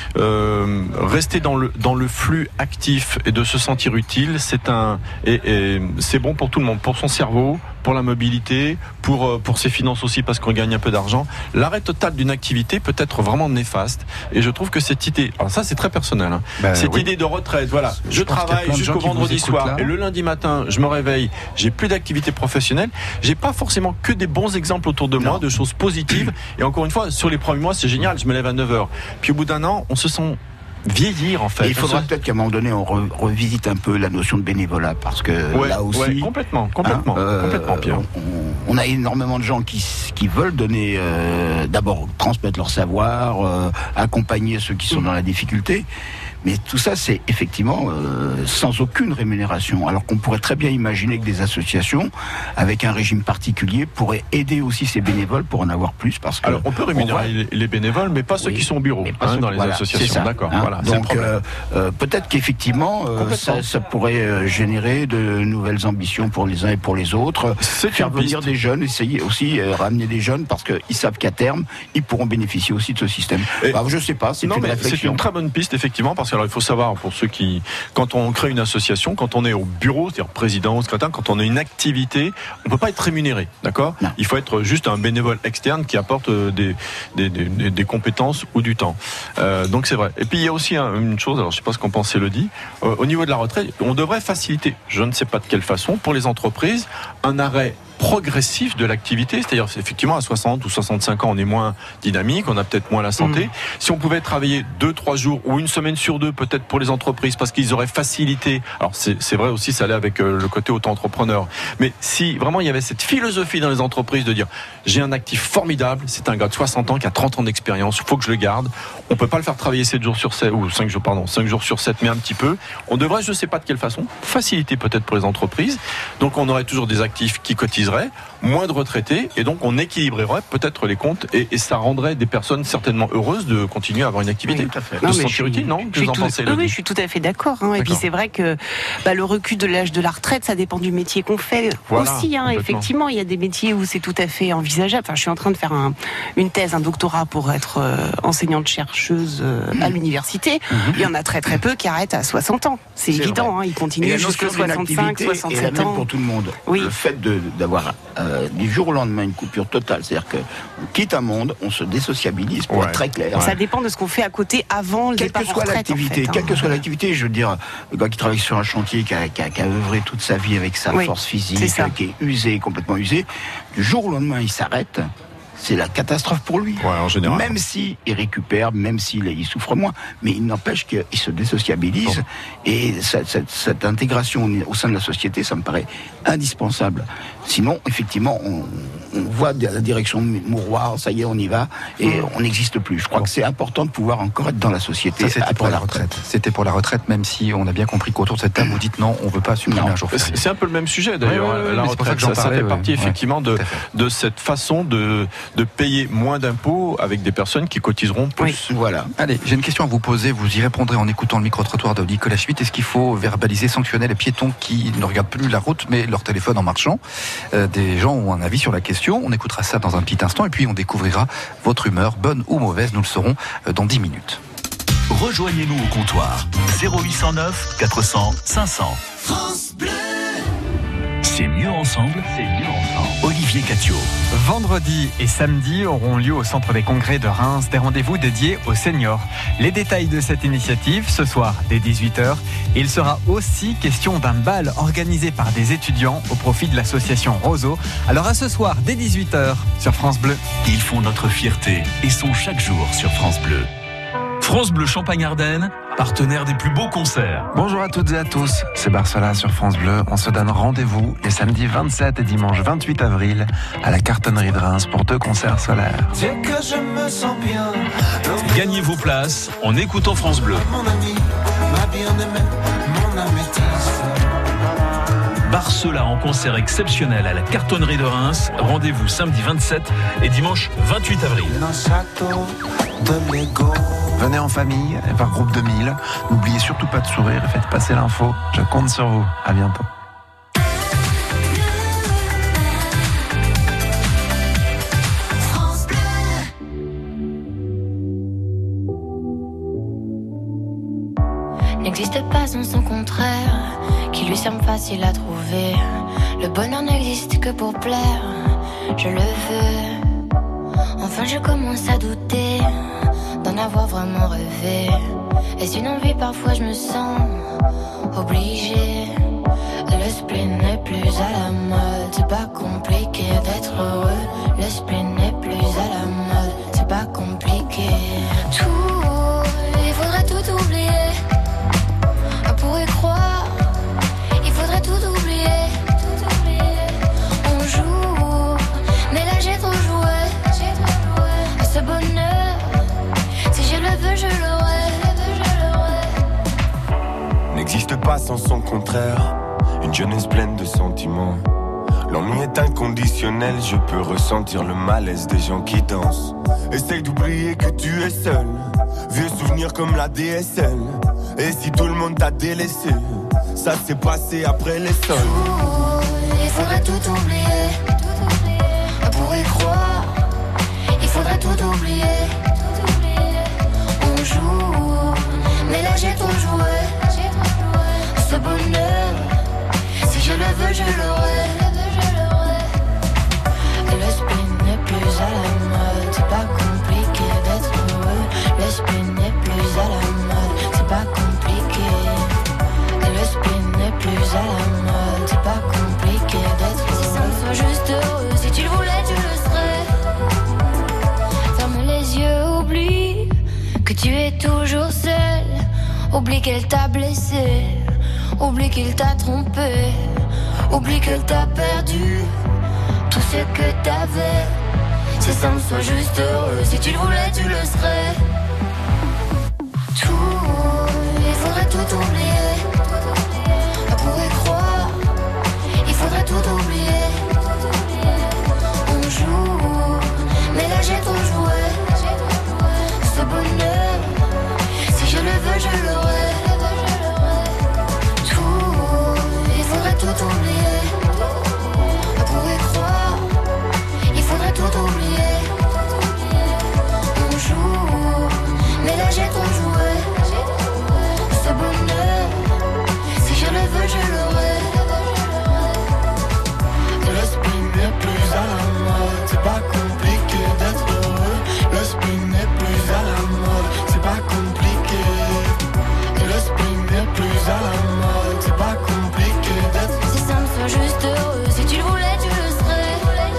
euh, rester dans le dans le flux actif et de se sentir utile, c'est un et, et c'est bon pour tout le monde, pour son cerveau, pour la mobilité, pour pour ses finances aussi parce qu'on gagne un peu d'argent. L'arrêt total d'une activité peut être vraiment néfaste et je trouve que cette idée, alors ça c'est très personnel, hein, ben, cette oui. idée de retraite, voilà, je, je travaille jusqu'au vendredi soir là. Et le lundi matin je me réveille, j'ai plus d'activité professionnelle, j'ai pas forcément que des bons exemples autour de moi, non. de choses positives et encore une fois sur les premiers mois c'est génial, je me lève à neuf heures, puis au bout d'un an on se sent vieillir en fait. Et il faudra peut-être qu'à un moment donné on re- revisite un peu la notion de bénévolat parce que ouais, là aussi ouais, complètement, complètement, hein, euh, complètement Pierre. On, on a énormément de gens qui, qui veulent donner, euh, d'abord transmettre leur savoir, euh, accompagner ceux qui sont dans la difficulté. Mais tout ça, c'est effectivement euh, sans aucune rémunération. Alors qu'on pourrait très bien imaginer que des associations, avec un régime particulier, pourraient aider aussi ces bénévoles pour en avoir plus. Parce que alors on peut rémunérer on les bénévoles, mais pas ceux oui, qui sont au bureau, hein, dans les voilà, associations. Ça, d'accord. Hein, voilà, donc euh, euh, peut-être qu'effectivement, euh, ça, ça pourrait euh, générer de nouvelles ambitions pour les uns et pour les autres. C'est faire venir des jeunes, essayer aussi euh, ramener des jeunes, parce qu'ils savent qu'à terme, ils pourront bénéficier aussi de ce système. Et, bah, je sais pas. C'est non, une mais réflexion. C'est une très bonne piste, effectivement, parce que alors, il faut savoir, pour ceux qui, quand on crée une association, quand on est au bureau, c'est-à-dire président, secrétaire, quand on a une activité, on peut pas être rémunéré, d'accord ? Non. Il faut être juste un bénévole externe qui apporte des, des, des, des compétences ou du temps. Euh, donc c'est vrai. Et puis il y a aussi une chose, alors je sais pas ce qu'en pense Elodie, euh, au niveau de la retraite, on devrait faciliter, je ne sais pas de quelle façon, pour les entreprises, un arrêt progressif de l'activité. C'est-à-dire, effectivement, à soixante ou soixante-cinq ans, on est moins dynamique, on a peut-être moins la santé. Mmh. Si on pouvait travailler deux, trois jours ou une semaine sur deux, peut-être pour les entreprises, parce qu'ils auraient facilité. Alors, c'est, c'est vrai aussi, ça allait avec euh, le côté auto-entrepreneur. Mais si vraiment il y avait cette philosophie dans les entreprises de dire, j'ai un actif formidable, c'est un gars de soixante ans qui a trente ans d'expérience, il faut que je le garde. On peut pas le faire travailler sept jours sur sept, ou cinq jours, pardon, cinq jours sur sept, mais un petit peu. On devrait, je sais pas de quelle façon, faciliter peut-être pour les entreprises. Donc, on aurait toujours des actifs qui cotiseraient, moins de retraités, et donc on équilibrerait peut-être les comptes, et, et ça rendrait des personnes certainement heureuses de continuer à avoir une activité. Oui, tout à fait. De Non, se mais sentir utile, non? Que vous en tout, pensez, oui, oui, je suis tout à fait d'accord. Hein. Et puis c'est vrai que bah, le recul de l'âge de la retraite, ça dépend du métier qu'on fait voilà, aussi. Hein. Effectivement, il y a des métiers où c'est tout à fait envisageable. Enfin, je suis en train de faire un, une thèse, un doctorat pour être euh, enseignante chercheuse euh, à l'université. Mm-hmm. Il y en a très très peu qui arrêtent à soixante ans. C'est, c'est évident. Hein. Ils continuent jusqu'à soixante-cinq, soixante-sept ans. Pour tout le monde. Oui. Le fait de, d'avoir euh, du jour au lendemain une coupure totale, c'est-à-dire qu'on quitte un monde, on se désociabilise, pour ouais. être très clair. Ça ouais. dépend de ce qu'on fait à côté avant le quelle départ que soit en retraite, l'activité, en fait, quelle hein. que soit l'activité, je veux dire, le gars qui travaille sur un chantier, qui a, qui a, qui a œuvré toute sa vie avec sa oui, force physique, qui est usé, complètement usé, du jour au lendemain, il s'arrête. C'est la catastrophe pour lui. Ouais, en général. Même s'il récupère, même s'il il souffre moins, mais il n'empêche qu'il se désociabilise. Bon. Et cette, cette, cette intégration au sein de la société, ça me paraît indispensable. Sinon, effectivement, on, on voit la direction mouroir, ça y est, on y va, et mmh. on n'existe plus. Je crois bon. que c'est important de pouvoir encore être dans la société. Ça, c'était pour la retraite. retraite. C'était pour la retraite, même si on a bien compris qu'autour de cette table, vous dites non, on ne veut pas supprimer un jour férié. C'est un peu le même sujet, d'ailleurs. Ouais, ouais, ouais, la retraite, ça, ça fait partie, ouais, effectivement, ouais, de, de cette façon de... de payer moins d'impôts avec des personnes qui cotiseront plus. Oui. Voilà. Allez, j'ai une question à vous poser. Vous y répondrez en écoutant le micro-trottoir de Nicolas Schmitt. Est-ce qu'il faut verbaliser, sanctionner les piétons qui ne regardent plus la route, mais leur téléphone en marchant? euh, Des gens ont un avis sur la question. On écoutera ça dans un petit instant et puis on découvrira votre humeur, bonne ou mauvaise. Nous le saurons dans dix minutes. Rejoignez-nous au comptoir zéro huit cent neuf quatre cents cinq cents. France Bleu. C'est mieux ensemble, c'est mieux ensemble. Olivier Catio. Vendredi et samedi auront lieu au Centre des Congrès de Reims des rendez-vous dédiés aux seniors. Les détails de cette initiative, ce soir dès dix-huit heures. Il sera aussi question d'un bal organisé par des étudiants au profit de l'association Roseau. Alors à ce soir dès dix-huit heures sur France Bleu. Ils font notre fierté et sont chaque jour sur France Bleu. France Bleu Champagne-Ardenne, partenaire des plus beaux concerts. Bonjour à toutes et à tous, c'est Barcela sur France Bleu. On se donne rendez-vous les samedis vingt-sept et dimanche vingt-huit avril à la Cartonnerie de Reims pour deux concerts solaires. C'est que je me sens bien. Gagnez vos places en écoutant France Bleu. Mon ami, ma bien-aimée, mon améthyste. Barcela en concert exceptionnel à la Cartonnerie de Reims. Rendez-vous samedi vingt-sept et dimanche vingt-huit avril. De l'ego. Venez en famille et par groupe de mille. N'oubliez surtout pas de sourire et faites passer l'info. Je compte sur vous. À bientôt. N'existe pas sans son contraire, qui lui semble facile à trouver. Le bonheur n'existe que pour plaire, je le veux. Enfin je commence à douter d'en avoir vraiment rêvé. Est-ce une envie? Parfois je me sens obligée. Le spleen n'est plus à la mode. C'est pas compliqué d'être heureux. Le spleen n'est plus à la mode. C'est pas compliqué. Tout, il faudrait tout oublier. On pourrait croire, il faudrait tout oublier. Tout oublier. On joue, mais là j'ai trop joué. J'ai trop joué. À ce bonheur, si je le veux, je l'aurai. N'existe pas sans son contraire. Une jeunesse pleine de sentiments. L'ennui est inconditionnel. Je peux ressentir le malaise des gens qui dansent. Essaye d'oublier que tu es seul. Vieux souvenirs comme la D S L. Et si tout le monde t'a délaissé, ça s'est passé après les sols. Il faudrait tout oublier. Tout oublier. On pourrait croire. Il faudrait tout oublier. Tout oublier. On joue, mais là j'ai trop joué. J'ai trop joué. Ce bonheur, si je le veux, je l'aurai. Le spleen n'est plus à la mode. C'est pas compliqué d'être heureux. Le spleen n'est plus à la mode. C'est pas compliqué. Le spleen n'est plus à la mode. C'est pas compliqué d'être heureux. Si ça me soit juste tu es toujours seul. Oublie qu'elle t'a blessé, oublie qu'il t'a trompé, oublie qu'elle t'a perdu tout ce que t'avais. C'est simple, sois juste heureux. Si tu le voulais, tu le serais. Tout, il faudrait tout oublier. On pourrait croire, il faudrait tout oublier. On joue, mais là j'ai trop joué. Ce bonheur, si je le veux, je l'aurai. Tout, il faudrait tout oublier. On pourrait croire, il faudrait tout oublier. On joue, mais là j'ai trop joué. Ce bonheur, si je le veux, je l'aurai. Le spin n'est plus à la mode, c'est pas compliqué d'être heureux. Le spin n'est plus à la mode, c'est pas compliqué. Le spin n'est plus à la mode, c'est pas compliqué d'être heureux. C'est simple, sois juste heureux. Si tu le voulais, tu le serais.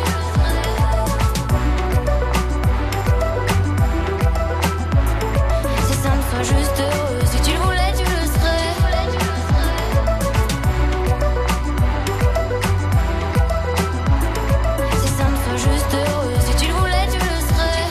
C'est simple, sois juste heureux. Si tu le voulais, tu le serais. C'est simple, sois juste heureux. Si tu le voulais, tu le serais.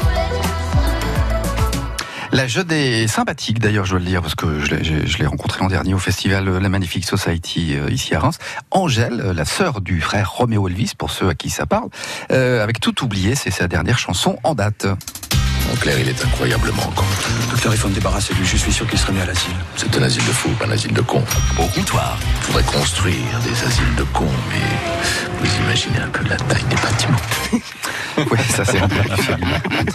La jeune est sympathique d'ailleurs, je dois le dire, parce que je l'ai, je, je l'ai rencontrée l'an dernier au festival La Magnifique Society euh, ici à Reims. Angèle, la sœur du frère Roméo Elvis, pour ceux à qui ça parle, euh, avec Tout oublié, c'est sa dernière chanson en date. Mon Claire, il est incroyablement con. Docteur, il faut me débarrasser de lui. Je suis sûr qu'il serait mis à l'asile. C'est un asile de fous, pas un asile de cons. Au comptoir. Il faudrait construire des asiles de cons, mais vous imaginez un peu la taille des bâtiments. Oui, ça c'est André Dussolier.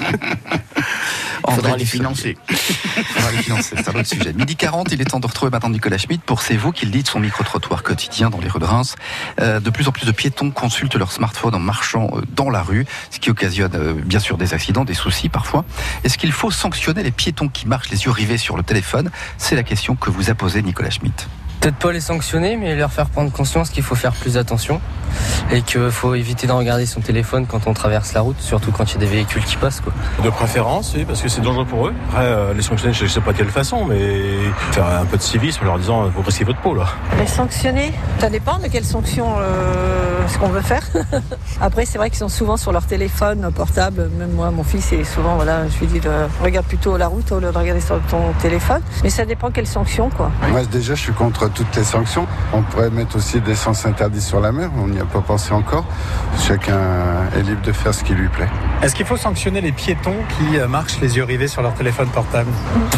Il faudra les financer. Il faudra les financer, c'est un autre sujet. Midi quarante, il est temps de retrouver maintenant Nicolas Schmitt pour C'est vous qui le dites, son micro-trottoir quotidien dans les rues de Reims. Euh, de plus en plus de piétons consultent leur smartphone en marchant dans la rue, ce qui occasionne euh, bien sûr des accidents, des soucis parfois. Est-ce qu'il faut sanctionner les piétons qui marchent les yeux rivés sur le téléphone? C'est la question que vous a posée Nicolas Schmitt. Peut-être pas les sanctionner, mais leur faire prendre conscience qu'il faut faire plus attention et qu'il faut éviter de regarder son téléphone quand on traverse la route, surtout quand il y a des véhicules qui passent, quoi. De préférence, oui, parce que c'est dangereux pour eux. Après, euh, les sanctionner, je ne sais pas de quelle façon, mais faire un peu de civisme en leur disant vous risquez votre peau, là. Les sanctionner, ça dépend de quelles sanctions euh, ce qu'on veut faire. Après, c'est vrai qu'ils sont souvent sur leur téléphone portable. Même moi, mon fils, est souvent, voilà, je lui dis de, regarde plutôt la route au lieu de regarder sur ton téléphone. Mais ça dépend quelles sanctions, quoi. Moi, déjà, je suis contre toutes les sanctions. On pourrait mettre aussi des sens interdits sur la mer, on n'y a pas pensé encore. Chacun est libre de faire ce qui lui plaît. Est-ce qu'il faut sanctionner les piétons qui marchent les yeux rivés sur leur téléphone portable?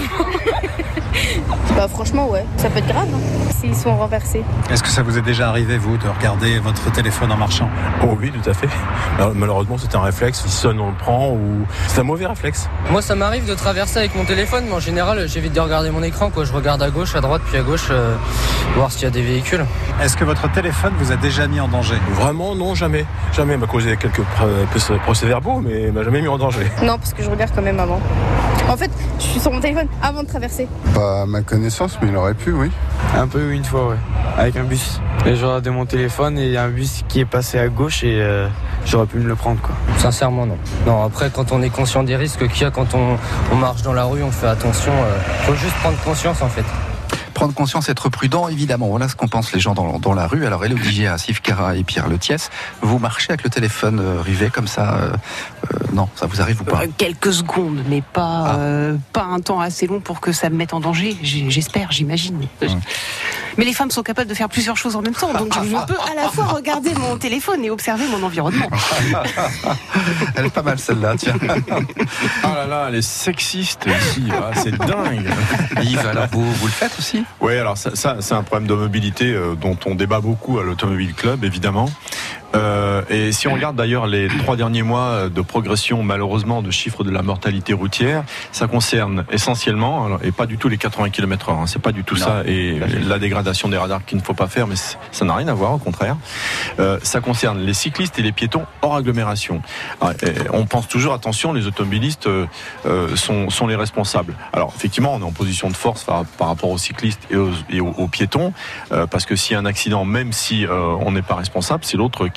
Bah franchement ouais, ça peut être grave hein, s'ils sont renversés. Est-ce que ça vous est déjà arrivé vous de regarder votre téléphone en marchant? Oh oui, tout à fait. Alors, malheureusement c'est un réflexe, il sonne on le prend ou c'est un mauvais réflexe. Moi ça m'arrive de traverser avec mon téléphone, mais en général j'évite de regarder mon écran, quoi. Je regarde à gauche, à droite puis à gauche, euh, voir s'il y a des véhicules. Est-ce que votre téléphone vous a déjà mis en danger? Vraiment non, jamais. Jamais, il m'a causé quelques procès-verbaux mais il m'a jamais mis en danger. Non, parce que je regarde quand même avant. En fait, je suis sur mon téléphone avant de traverser. Pas à ma connaissance, mais il aurait pu, oui. Un peu une fois, ouais. Avec un bus. Et j'ai regardé mon téléphone et il y a un bus qui est passé à gauche et euh, j'aurais pu me le prendre, quoi. Sincèrement, non. Non, après, quand on est conscient des risques qu'il y a quand on, on marche dans la rue, on fait attention. Euh, faut juste prendre conscience, en fait. Prendre conscience, être prudent, évidemment. Voilà ce qu'en pensent les gens dans, dans la rue. Alors, Élodie Géa, Sif Cara et Pierre Letiès, vous marchez avec le téléphone euh, rivé comme ça euh, euh, Non, ça vous arrive ou pas? euh, Quelques secondes, mais pas, ah. euh, pas un temps assez long pour que ça me mette en danger. J'espère, j'imagine. Hum. Mais les femmes sont capables de faire plusieurs choses en même temps. Donc, je peux à la fois regarder mon téléphone et observer mon environnement. Elle est pas mal, celle-là, tiens. Ah là là, elle est sexiste ici. Ah, c'est dingue. Yves, alors vous, vous le faites aussi? Oui, alors ça, ça c'est un problème de mobilité euh, dont on débat beaucoup à l'Automobile Club, évidemment. Euh, et si on regarde d'ailleurs les trois derniers mois de progression, malheureusement, de chiffres de la mortalité routière, ça concerne essentiellement, alors, et pas du tout les quatre-vingts kilomètres heure, hein, c'est pas du tout non, ça, et la dégradation des radars qu'il ne faut pas faire, mais ça n'a rien à voir, au contraire. Euh, ça concerne les cyclistes et les piétons hors agglomération. Alors, on pense toujours, attention, les automobilistes euh, sont, sont les responsables. Alors, effectivement, on est en position de force par, par rapport aux cyclistes et aux, et aux, aux piétons, euh, parce que s'il y a un accident, même si euh, on n'est pas responsable, c'est l'autre qui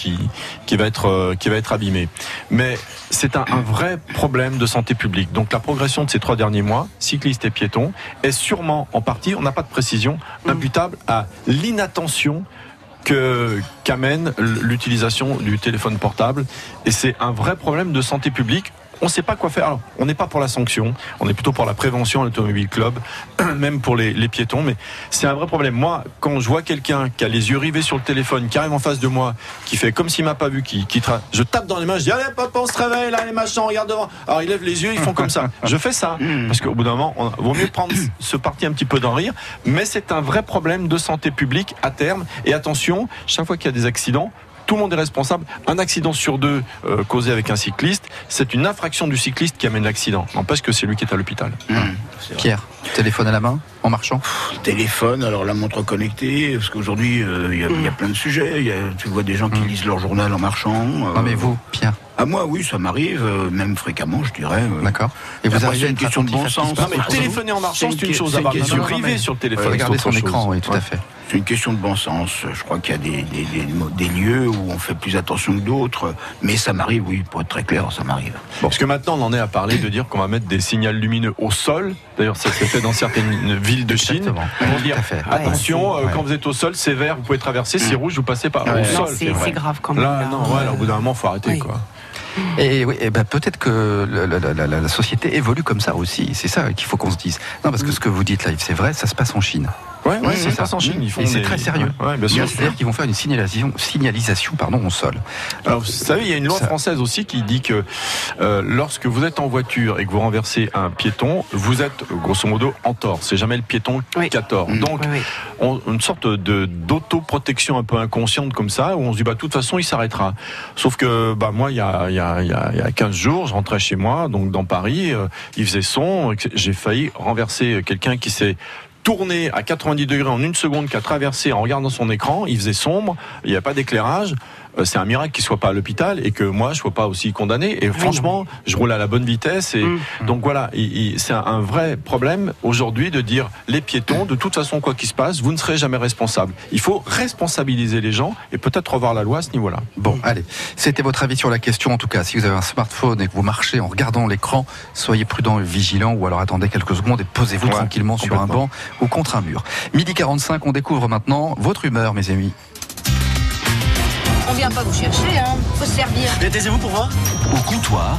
qui, qui, va être, euh, qui va être abîmé. Mais c'est un, un vrai problème de santé publique. Donc la progression de ces trois derniers mois, cyclistes et piétons, est sûrement en partie, on n'a pas de précision, imputable à l'inattention que, qu'amène l'utilisation du téléphone portable. Et c'est un vrai problème de santé publique. On ne sait pas quoi faire. Alors, on n'est pas pour la sanction, on est plutôt pour la prévention à l'Automobile Club, même pour les, les piétons, mais c'est un vrai problème. Moi, quand je vois quelqu'un qui a les yeux rivés sur le téléphone, qui arrive en face de moi, qui fait comme s'il m'a pas vu, qui, qui tra... je tape dans les mains, je dis allez papa, on se réveille, là les machins, on regarde devant. Alors ils lèvent les yeux, ils font comme ça. Je fais ça, parce qu'au bout d'un moment, on vaut mieux prendre ce parti un petit peu d'en rire, mais c'est un vrai problème de santé publique à terme. Et attention, chaque fois qu'il y a des accidents, tout le monde est responsable. Un accident sur deux euh, causé avec un cycliste, c'est une infraction du cycliste qui amène l'accident. N'empêche que c'est lui qui est à l'hôpital. Mmh. Pierre, téléphone à la main, en marchant ? Téléphone, alors la montre connectée, parce qu'aujourd'hui, il euh, y, mmh. y a plein de sujets. Y a, tu vois des gens qui mmh. lisent leur journal en marchant. Euh, non mais vous, Pierre ? À moi, oui, ça m'arrive, euh, même fréquemment, je dirais. Euh. D'accord. Et vous avez une question de bon sens. Non, mais téléphoner en marchant, c'est une chose. Avoir les yeux rivés sur le téléphone, regarder son écran, oui, tout ouais. à fait. C'est une question de bon sens. Je crois qu'il y a des, des, des, des lieux où on fait plus attention que d'autres, mais ça m'arrive, oui, pour être très clair, ça m'arrive. Bon. Parce que maintenant, on en est à parler de dire qu'on va mettre des signaux lumineux au sol. D'ailleurs, ça s'est fait dans certaines villes de Chine. Pour dire, attention, ouais, euh, quand vous êtes au sol, c'est vert, vous pouvez traverser, c'est rouge, vous passez par ouais. au Non, sol. C'est, c'est grave quand même. Là, non, ouais, alors, au bout d'un moment, il faut arrêter, oui. quoi. Et oui, et ben peut-être que la, la, la, la société évolue comme ça aussi. C'est ça qu'il faut qu'on se dise. Non, parce que ce que vous dites là, c'est vrai, ça se passe en Chine. Ouais, ouais, c'est ça. En Chine, ils font et c'est des... très sérieux. Ouais, bien sûr. C'est-à-dire qu'ils vont faire une signalisation, signalisation pardon, au sol. Alors, vous savez, il y a une loi ça... française aussi qui dit que euh, lorsque vous êtes en voiture et que vous renversez un piéton, vous êtes grosso modo en tort. C'est jamais le piéton oui. qui a tort. Mmh. Donc, oui, oui. On, une sorte de d'autoprotection un peu inconsciente comme ça, où on se dit bah de toute façon il s'arrêtera. Sauf que bah moi il y a il y a il y a, il y a quinze jours, je rentrais chez moi, donc dans Paris, euh, il faisait sombre, j'ai failli renverser quelqu'un qui s'est tourné à quatre-vingt-dix degrés en une seconde, qui a traversé en regardant son écran, il faisait sombre, il n'y a pas d'éclairage. C'est un miracle qu'il soit pas à l'hôpital et que moi je sois pas aussi condamné. Et oui, franchement, non. je roule à la bonne vitesse et mmh. donc voilà, il, il, c'est un, un vrai problème aujourd'hui de dire les piétons, de toute façon quoi qu'il se passe, vous ne serez jamais responsable. Il faut responsabiliser les gens et peut-être revoir la loi à ce niveau-là. Bon, allez, c'était votre avis sur la question en tout cas. Si vous avez un smartphone et que vous marchez en regardant l'écran, soyez prudent et vigilant ou alors attendez quelques secondes et posez-vous ouais, tranquillement sur un banc ou contre un mur. midi quarante-cinq, on découvre maintenant votre humeur, mes amis. On vient pas vous chercher, hein. Faut se servir. Mais taisez-vous pour voir. Au comptoir.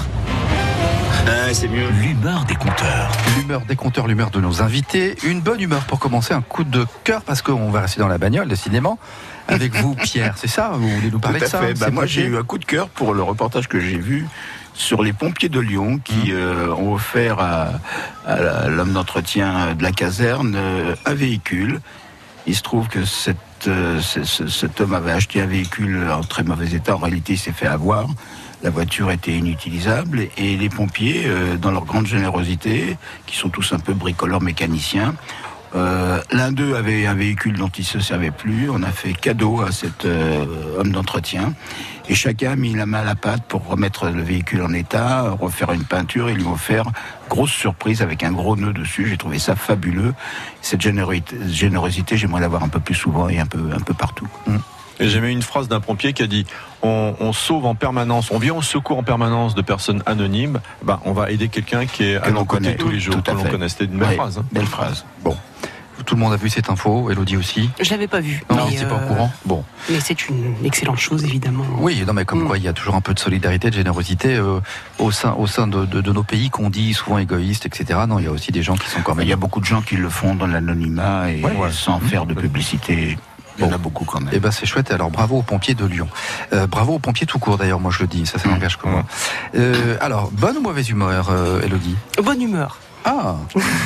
Ah, c'est mieux. L'humeur des compteurs. L'humeur des compteurs, l'humeur de nos invités. Une bonne humeur pour commencer, un coup de cœur parce qu'on va rester dans la bagnole, décidément. Avec vous, Pierre, c'est ça? Vous voulez nous parler Tout à de ça? Fait. Bah, moi, j'ai eu un coup de cœur pour le reportage que j'ai vu sur les pompiers de Lyon qui mmh. euh, ont offert à, à l'homme d'entretien de la caserne euh, un véhicule. Il se trouve que cette Euh, cet homme avait acheté un véhicule en très mauvais état. En réalité, il s'est fait avoir. La voiture était inutilisable et les pompiers, euh, dans leur grande générosité, qui sont tous un peu bricoleurs mécaniciens, euh, l'un d'eux avait un véhicule dont il se servait plus. On a fait cadeau à cet euh, homme d'entretien et chacun a mis la main à la pâte pour remettre le véhicule en état, refaire une peinture et lui offert grosse surprise avec un gros nœud dessus. J'ai trouvé ça fabuleux. Cette générosité, générosité j'aimerais l'avoir un peu plus souvent et un peu, un peu partout. Mmh. Et j'ai mis une phrase d'un pompier qui a dit on, on sauve en permanence, on vient au secours en permanence de personnes anonymes. Ben, on va aider quelqu'un qui est que à nos côtés tous les jours, que l'on connaît. C'était une belle ouais, phrase. Hein. Belle phrase. Bon. Tout le monde a vu cette info, Elodie aussi. Je l'avais pas vue. Non, c'est euh... pas au courant. Bon. Mais c'est une excellente chose, évidemment. Oui, non, mais comme mmh. quoi, il y a toujours un peu de solidarité, de générosité euh, au sein, au sein de, de, de nos pays qu'on dit souvent égoïstes, et cetera. Non, il y a aussi des gens qui sont quand même. Il y a beaucoup de gens qui le font dans l'anonymat et ouais, ouais. sans mmh. faire de publicité. Il y en bon. a beaucoup quand même. Eh ben c'est chouette. Alors bravo aux pompiers de Lyon. Euh, bravo aux pompiers tout court d'ailleurs. Moi je le dis. Ça, ça n'engage que moi. Euh, alors bonne ou mauvaise humeur, euh, Elodie? Bonne humeur. Ah.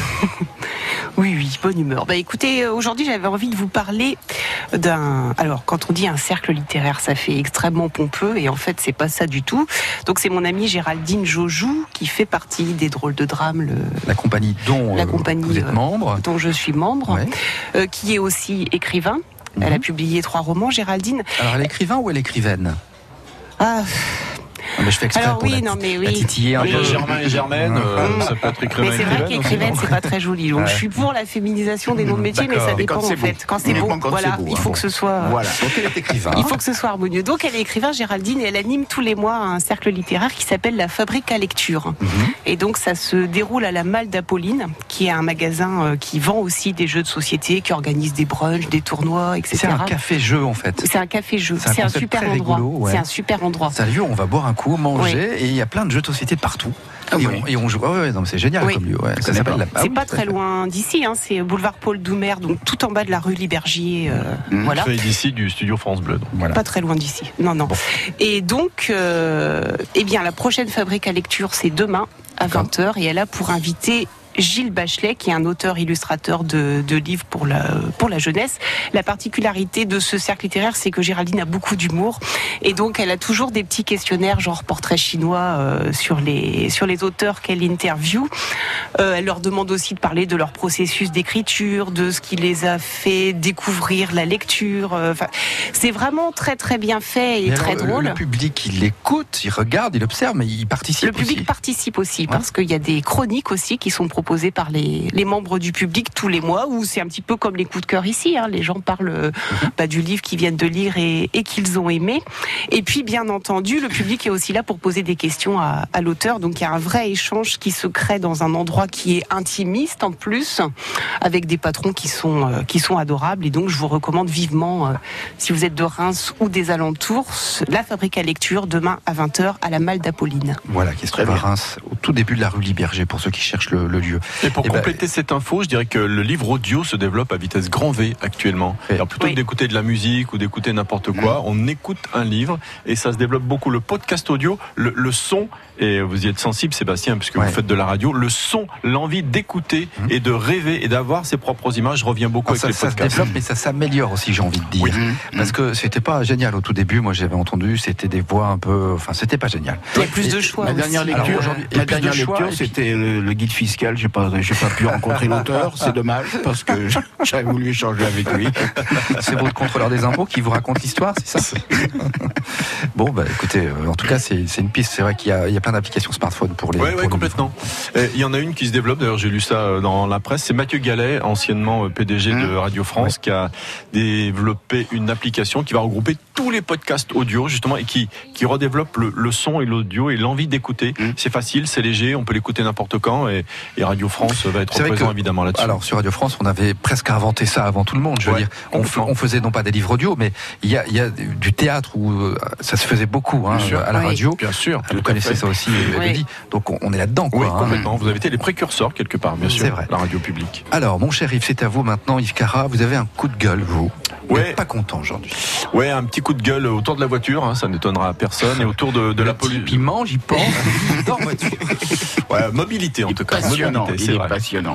Oui, oui, bonne humeur. Bah, écoutez, aujourd'hui, j'avais envie de vous parler d'un... Alors, quand on dit un cercle littéraire, ça fait extrêmement pompeux, et en fait, c'est pas ça du tout. Donc, c'est mon amie Géraldine Jojou, qui fait partie des Drôles de Drame, le... la compagnie dont la compagnie, vous êtes membre. Dont je suis membre, ouais. euh, qui est aussi écrivain. Mmh. Elle a publié trois romans, Géraldine. Alors, elle est écrivain ou elle est écrivaine? Ah... Mais je fais exprès Alors pour oui, la, non mais oui. la titiller un Oui. peu. Germain et Germaine, euh, ça peut être écrivain. Mais c'est vrai qu'écrivaine, c'est pas très joli. Donc Ouais. je suis pour la féminisation des noms de métiers, mais ça D'accord. dépend Quand c'est en fait. beau. Quand c'est beau, Uniquement quand voilà, c'est beau, il faut hein. que ce soit. Voilà. Donc elle est écrivain. Il faut que ce soit harmonieux. Donc elle est écrivain, Géraldine, et elle anime tous les mois un cercle littéraire qui s'appelle la Fabrique à lecture. Mhm. Et donc ça se déroule à la Malle d'Apolline, qui est un magasin euh, qui vend aussi des jeux de société, qui organise des brunchs, des tournois, et cetera. C'est un café-jeu en fait. C'est un café-jeu. C'est un C'est un concept super très endroit. rigolo, ouais. C'est un super endroit. C'est un lieu où on va boire un coup, manger, Oui. et il y a plein de jeux de société de partout. Ah et, oui. on, et on joue. Ah ouais, non, mais c'est génial Oui. comme lieu. Ouais. Ça connais s'appelle pas. la. Ah C'est oui, pas tout à très fait. loin d'ici, hein, c'est boulevard Paul Doumer, donc tout en bas de la rue Libergier. Euh, Mmh. voilà. Fait d'ici du studio France Bleu. donc. Voilà. Pas très loin d'ici. Non, non. Et donc, euh, eh bien, la prochaine Fabrique à lecture, c'est demain à vingt heures, et elle a pour invité Gilles Bachelet, qui est un auteur-illustrateur de, de livres pour la, pour la jeunesse. La particularité de ce cercle littéraire, c'est que Géraldine a beaucoup d'humour, et donc elle a toujours des petits questionnaires, genre portrait chinois, euh, sur les, sur les auteurs qu'elle interviewe. Euh, elle leur demande aussi de parler de leur processus d'écriture, de ce qui les a fait découvrir la lecture. Enfin, c'est vraiment très très bien fait et Mais très alors, le- drôle. Le public, il écoute, il regarde, il observe, mais il participe Le public aussi. participe aussi, parce qu'il y a des chroniques aussi qui sont proposées par les, les membres du public tous les mois, où c'est un petit peu comme les coups de cœur ici, hein. Les gens parlent euh, bah, du livre qu'ils viennent de lire et, et qu'ils ont aimé. Et puis, bien entendu, le public est aussi là pour poser des questions à, à l'auteur, donc il y a un vrai échange qui se crée dans un endroit qui est intimiste en plus, avec des patrons qui sont, euh, qui sont adorables, et donc je vous recommande vivement, euh, si vous êtes de Reims ou des alentours, la Fabrique à lecture, demain à vingt heures à la Malle d'Apolline. Voilà, qui se trouve à Reims, au tout début de la rue Liberger, pour ceux qui cherchent le, le lieu. Et pour Eh ben, compléter cette info, je dirais que le livre audio se développe à vitesse grand V actuellement. Alors plutôt Oui. que d'écouter de la musique ou d'écouter n'importe quoi, on écoute un livre et ça se développe beaucoup. Le podcast audio, le, le son, et vous y êtes sensible Sébastien, puisque Ouais. vous faites de la radio, le son, l'envie d'écouter et de rêver et d'avoir ses propres images revient beaucoup Alors avec ça, les ça se podcasts. développe, mais ça s'améliore aussi, j'ai envie de dire. Oui. Parce que c'était pas génial au tout début. Moi, j'avais entendu, c'était des voix un peu. Enfin, c'était pas génial. Il y a plus de choix Ma aussi. dernière Alors, lecture, aujourd'hui, il y a ma plus de dernière choix, lecture, et puis- c'était le, le guide fiscal. J'ai pas, j'ai pas pu rencontrer l'auteur. C'est dommage parce que j'avais voulu échanger avec lui. C'est votre contrôleur des impôts qui vous raconte l'histoire, c'est ça? Bon, bah écoutez, euh, en tout cas, c'est c'est une piste. C'est vrai qu'il y a, il y a plein d'applications smartphone pour les. Oui, pour ouais, les complètement. Et il y en a une qui se développe, d'ailleurs j'ai lu ça euh, dans la presse, c'est Mathieu Gallet, anciennement euh, P D G de Radio France, qui a développé une application qui va regrouper tous les podcasts audio justement et qui, qui redéveloppe le, le son et l'audio et l'envie d'écouter. C'est facile, c'est léger, on peut l'écouter n'importe quand et, et Radio France va être C'est vrai présent que- évidemment là-dessus. Alors sur Radio France, on avait presque inventé ça avant tout le monde. Je veux Ouais, dire, on, f- on faisait non pas des livres audio, mais il y a, il y a du théâtre où euh, ça se faisait beaucoup hein, Bien sûr. à la Oui. radio. Bien sûr, Vous tout à connaissez fait. ça aussi, Oui. Elodie. Donc on, on est là-dedans, quoi. Oui, hein. complètement. Vous avez été les précurseurs quelque part, bien sûr. C'est vrai. La radio publique. Alors, mon cher Yves, c'est à vous maintenant, Yves Cara. Vous avez un coup de gueule, vous. Vous Ouais. n'êtes pas content aujourd'hui. Ouais, un petit coup de gueule autour de la voiture, hein, ça n'étonnera personne, et autour de, de la pollution. Il mange, il pense, il dort en voiture. Ouais, mobilité en tout cas. Passionnant, Mobilité, il c'est est vrai. passionnant.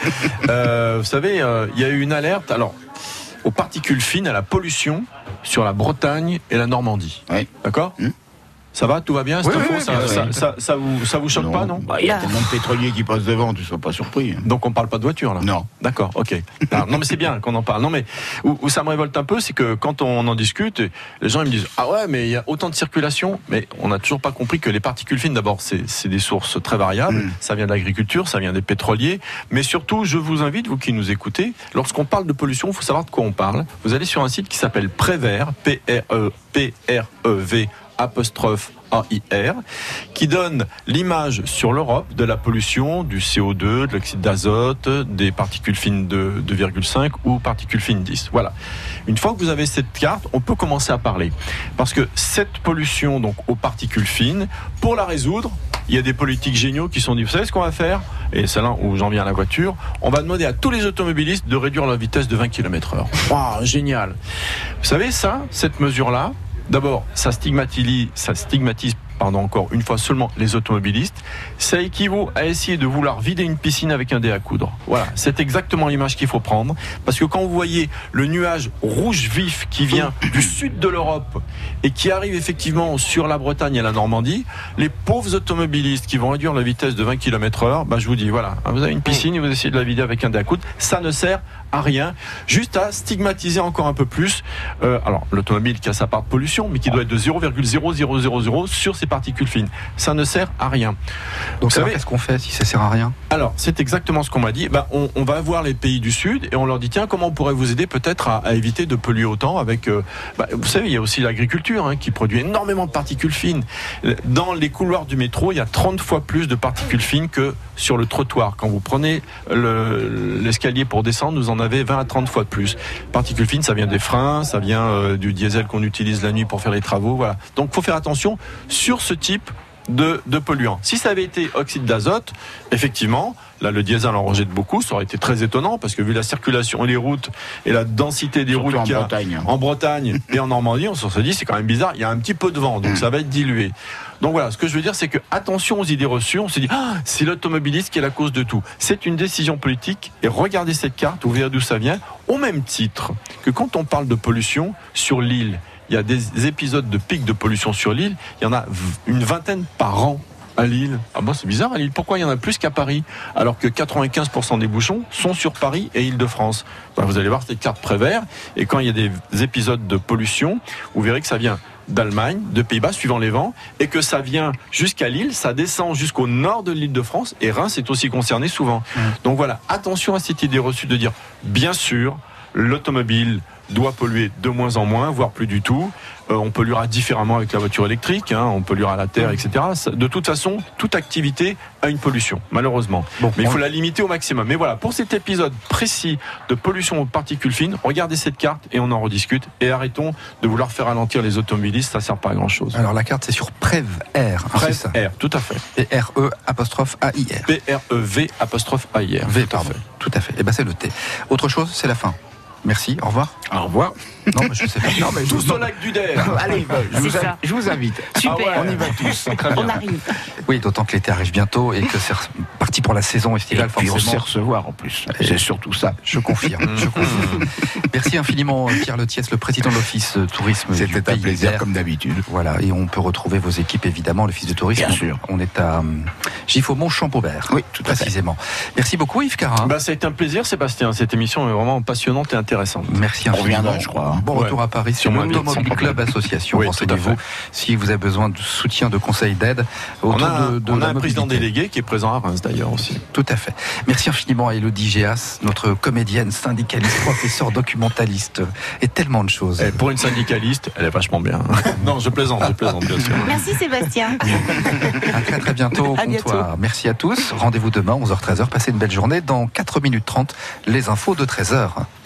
Euh, vous savez, euh, il y a eu une alerte alors aux particules fines, à la pollution sur la Bretagne et la Normandie. Oui. D'accord Hum. Ça va, tout va bien, cette Oui, info oui, ça, bien ça, sûr. ça, ça vous, ça vous choque pas, non Bah, il y a tellement de pétroliers qui passent devant, tu ne sois pas surpris. Donc on parle pas de voiture là. Non. D'accord, ok. Alors, non mais c'est bien qu'on en parle. Non mais où, où ça me révolte un peu, c'est que quand on en discute, les gens ils me disent ah ouais mais il y a autant de circulation, mais on n'a toujours pas compris que les particules fines d'abord c'est, c'est des sources très variables. Mm. Ça vient de l'agriculture, ça vient des pétroliers, mais surtout je vous invite vous qui nous écoutez, lorsqu'on parle de pollution, il faut savoir de quoi on parle. Vous allez sur un site qui s'appelle Prévert, P R E P R E V apostrophe A I R, qui donne l'image sur l'Europe de la pollution, du C O deux, de l'oxyde d'azote, des particules fines de deux virgule cinq ou particules fines dix. Voilà. Une fois que vous avez cette carte, on peut commencer à parler. Parce que cette pollution donc aux particules fines, pour la résoudre, il y a des politiques géniaux qui sont dit, vous savez ce qu'on va faire? Et c'est là où j'en viens à la voiture. On va demander à tous les automobilistes de réduire leur vitesse de vingt kilomètres heure. Waouh, génial! Vous savez ça, cette mesure-là, d'abord, ça stigmatise, ça stigmatise pardon, encore une fois seulement les automobilistes. Ça équivaut à essayer de vouloir vider une piscine avec un dé à coudre. Voilà, c'est exactement l'image qu'il faut prendre. Parce que quand vous voyez le nuage rouge vif qui vient du sud de l'Europe et qui arrive effectivement sur la Bretagne et la Normandie, les pauvres automobilistes qui vont réduire la vitesse de vingt kilomètres heure, bah, je vous dis, voilà, vous avez une piscine et vous essayez de la vider avec un dé à coudre, ça ne sert à rien, juste à stigmatiser encore un peu plus euh, alors l'automobile qui a sa part de pollution mais qui doit être de zéro virgule zéro zéro zéro zéro sur ses ces particules fines. Ça ne sert à rien. Donc, ça, qu'est-ce qu'on fait si ça sert à rien? Alors, c'est exactement ce qu'on m'a dit. Ben, on, on va voir les pays du Sud et on leur dit, tiens, comment on pourrait vous aider peut-être à, à éviter de polluer autant avec... Euh, ben, vous savez, il y a aussi l'agriculture hein, qui produit énormément de particules fines. Dans les couloirs du métro, il y a trente fois plus de particules fines que sur le trottoir. Quand vous prenez le, l'escalier pour descendre, vous en avez vingt à trente fois de plus. Particules fines, ça vient des freins, ça vient euh, du diesel qu'on utilise la nuit pour faire les travaux. Voilà. Donc, il faut faire attention sur ce type de, de polluants. Si ça avait été oxyde d'azote, effectivement, là le diesel en rejette beaucoup, ça aurait été très étonnant parce que vu la circulation et les routes et la densité des Surtout routes qu'il y a en Bretagne. en Bretagne et en Normandie, on se dit c'est quand même bizarre, il y a un petit peu de vent, donc ça va être dilué. Donc voilà, ce que je veux dire, c'est que attention aux idées reçues. On se dit, ah, c'est l'automobiliste qui est la cause de tout. C'est une décision politique. Et regardez cette carte, vous verrez d'où ça vient. Au même titre que quand on parle de pollution sur l'île, il y a des épisodes de pics de pollution sur l'île. Il y en a une vingtaine par an à Lille. Ah bon, c'est bizarre à Lille. Pourquoi il y en a plus qu'à Paris alors que quatre-vingt-quinze pour cent des bouchons sont sur Paris et Île-de-France? Ben, vous allez voir cette carte Prévert. Et quand il y a des épisodes de pollution, vous verrez que ça vient d'Allemagne, de Pays-Bas, suivant les vents, et que ça vient jusqu'à Lille, ça descend jusqu'au nord de l'Île-de-France, et Reims est aussi concerné souvent. Mmh. Donc voilà, attention à cette idée reçue de dire, bien sûr, l'automobile doit polluer de moins en moins, voire plus du tout. Euh, on polluera différemment avec la voiture électrique, hein, on polluera la terre, et cetera. De toute façon, toute activité a une pollution, malheureusement. Bon, mais il faut la limiter au maximum. Mais voilà, pour cet épisode précis de pollution aux particules fines, regardez cette carte et on en rediscute. Et arrêtons de vouloir faire ralentir les automobilistes, ça ne sert pas à grand-chose. Alors la carte, c'est sur Prév R. Prév R, tout à fait. Et R E apostrophe A I R. P R E V apostrophe A I R. V, pardon. Tout à fait. Et bien c'est noté. Autre chose, c'est la fin. Merci, au revoir. Au revoir. Non, mais je sais pas. Non, mais tous au lac du Der. Allez, je vous, a, je vous invite. Super. Ah ouais, on y va tous. Très bien. On arrive. Oui, d'autant que l'été arrive bientôt et que c'est parti pour la saison estivale. Et puis on sait recevoir en plus. Et c'est surtout ça. Je confirme. je confirme. Merci infiniment Pierre Letiès, le président de l'Office Tourisme. C'était un plaisir comme d'habitude. Voilà, et on peut retrouver vos équipes évidemment, l'Office de Tourisme. Bien sûr. On est à Giffaumont-Champaubert. Oui, tout précisément. Merci beaucoup Yves Carin. Bah, ça a été un plaisir Sébastien. Cette émission est vraiment passionnante et intéressante. Merci infiniment. On reviendra, je crois. Bon ouais. retour à Paris sur l'Automobile Club Association. Oui, renseignez-vous si vous avez besoin de soutien, de conseils, d'aide. On a, de, de on a un président délégué qui est présent à Reims d'ailleurs aussi. Tout à fait. Merci infiniment à Élodie Géas, notre comédienne, syndicaliste, professeure, documentaliste et tellement de choses. Et pour une syndicaliste, elle est vachement bien. Non, je plaisante, je plaisante bien sûr. Merci Sébastien. À très très bientôt au à comptoir. Bientôt. Merci à tous. Rendez-vous demain onze heures treize. Passez une belle journée. Dans quatre minutes trente, les infos de treize heures.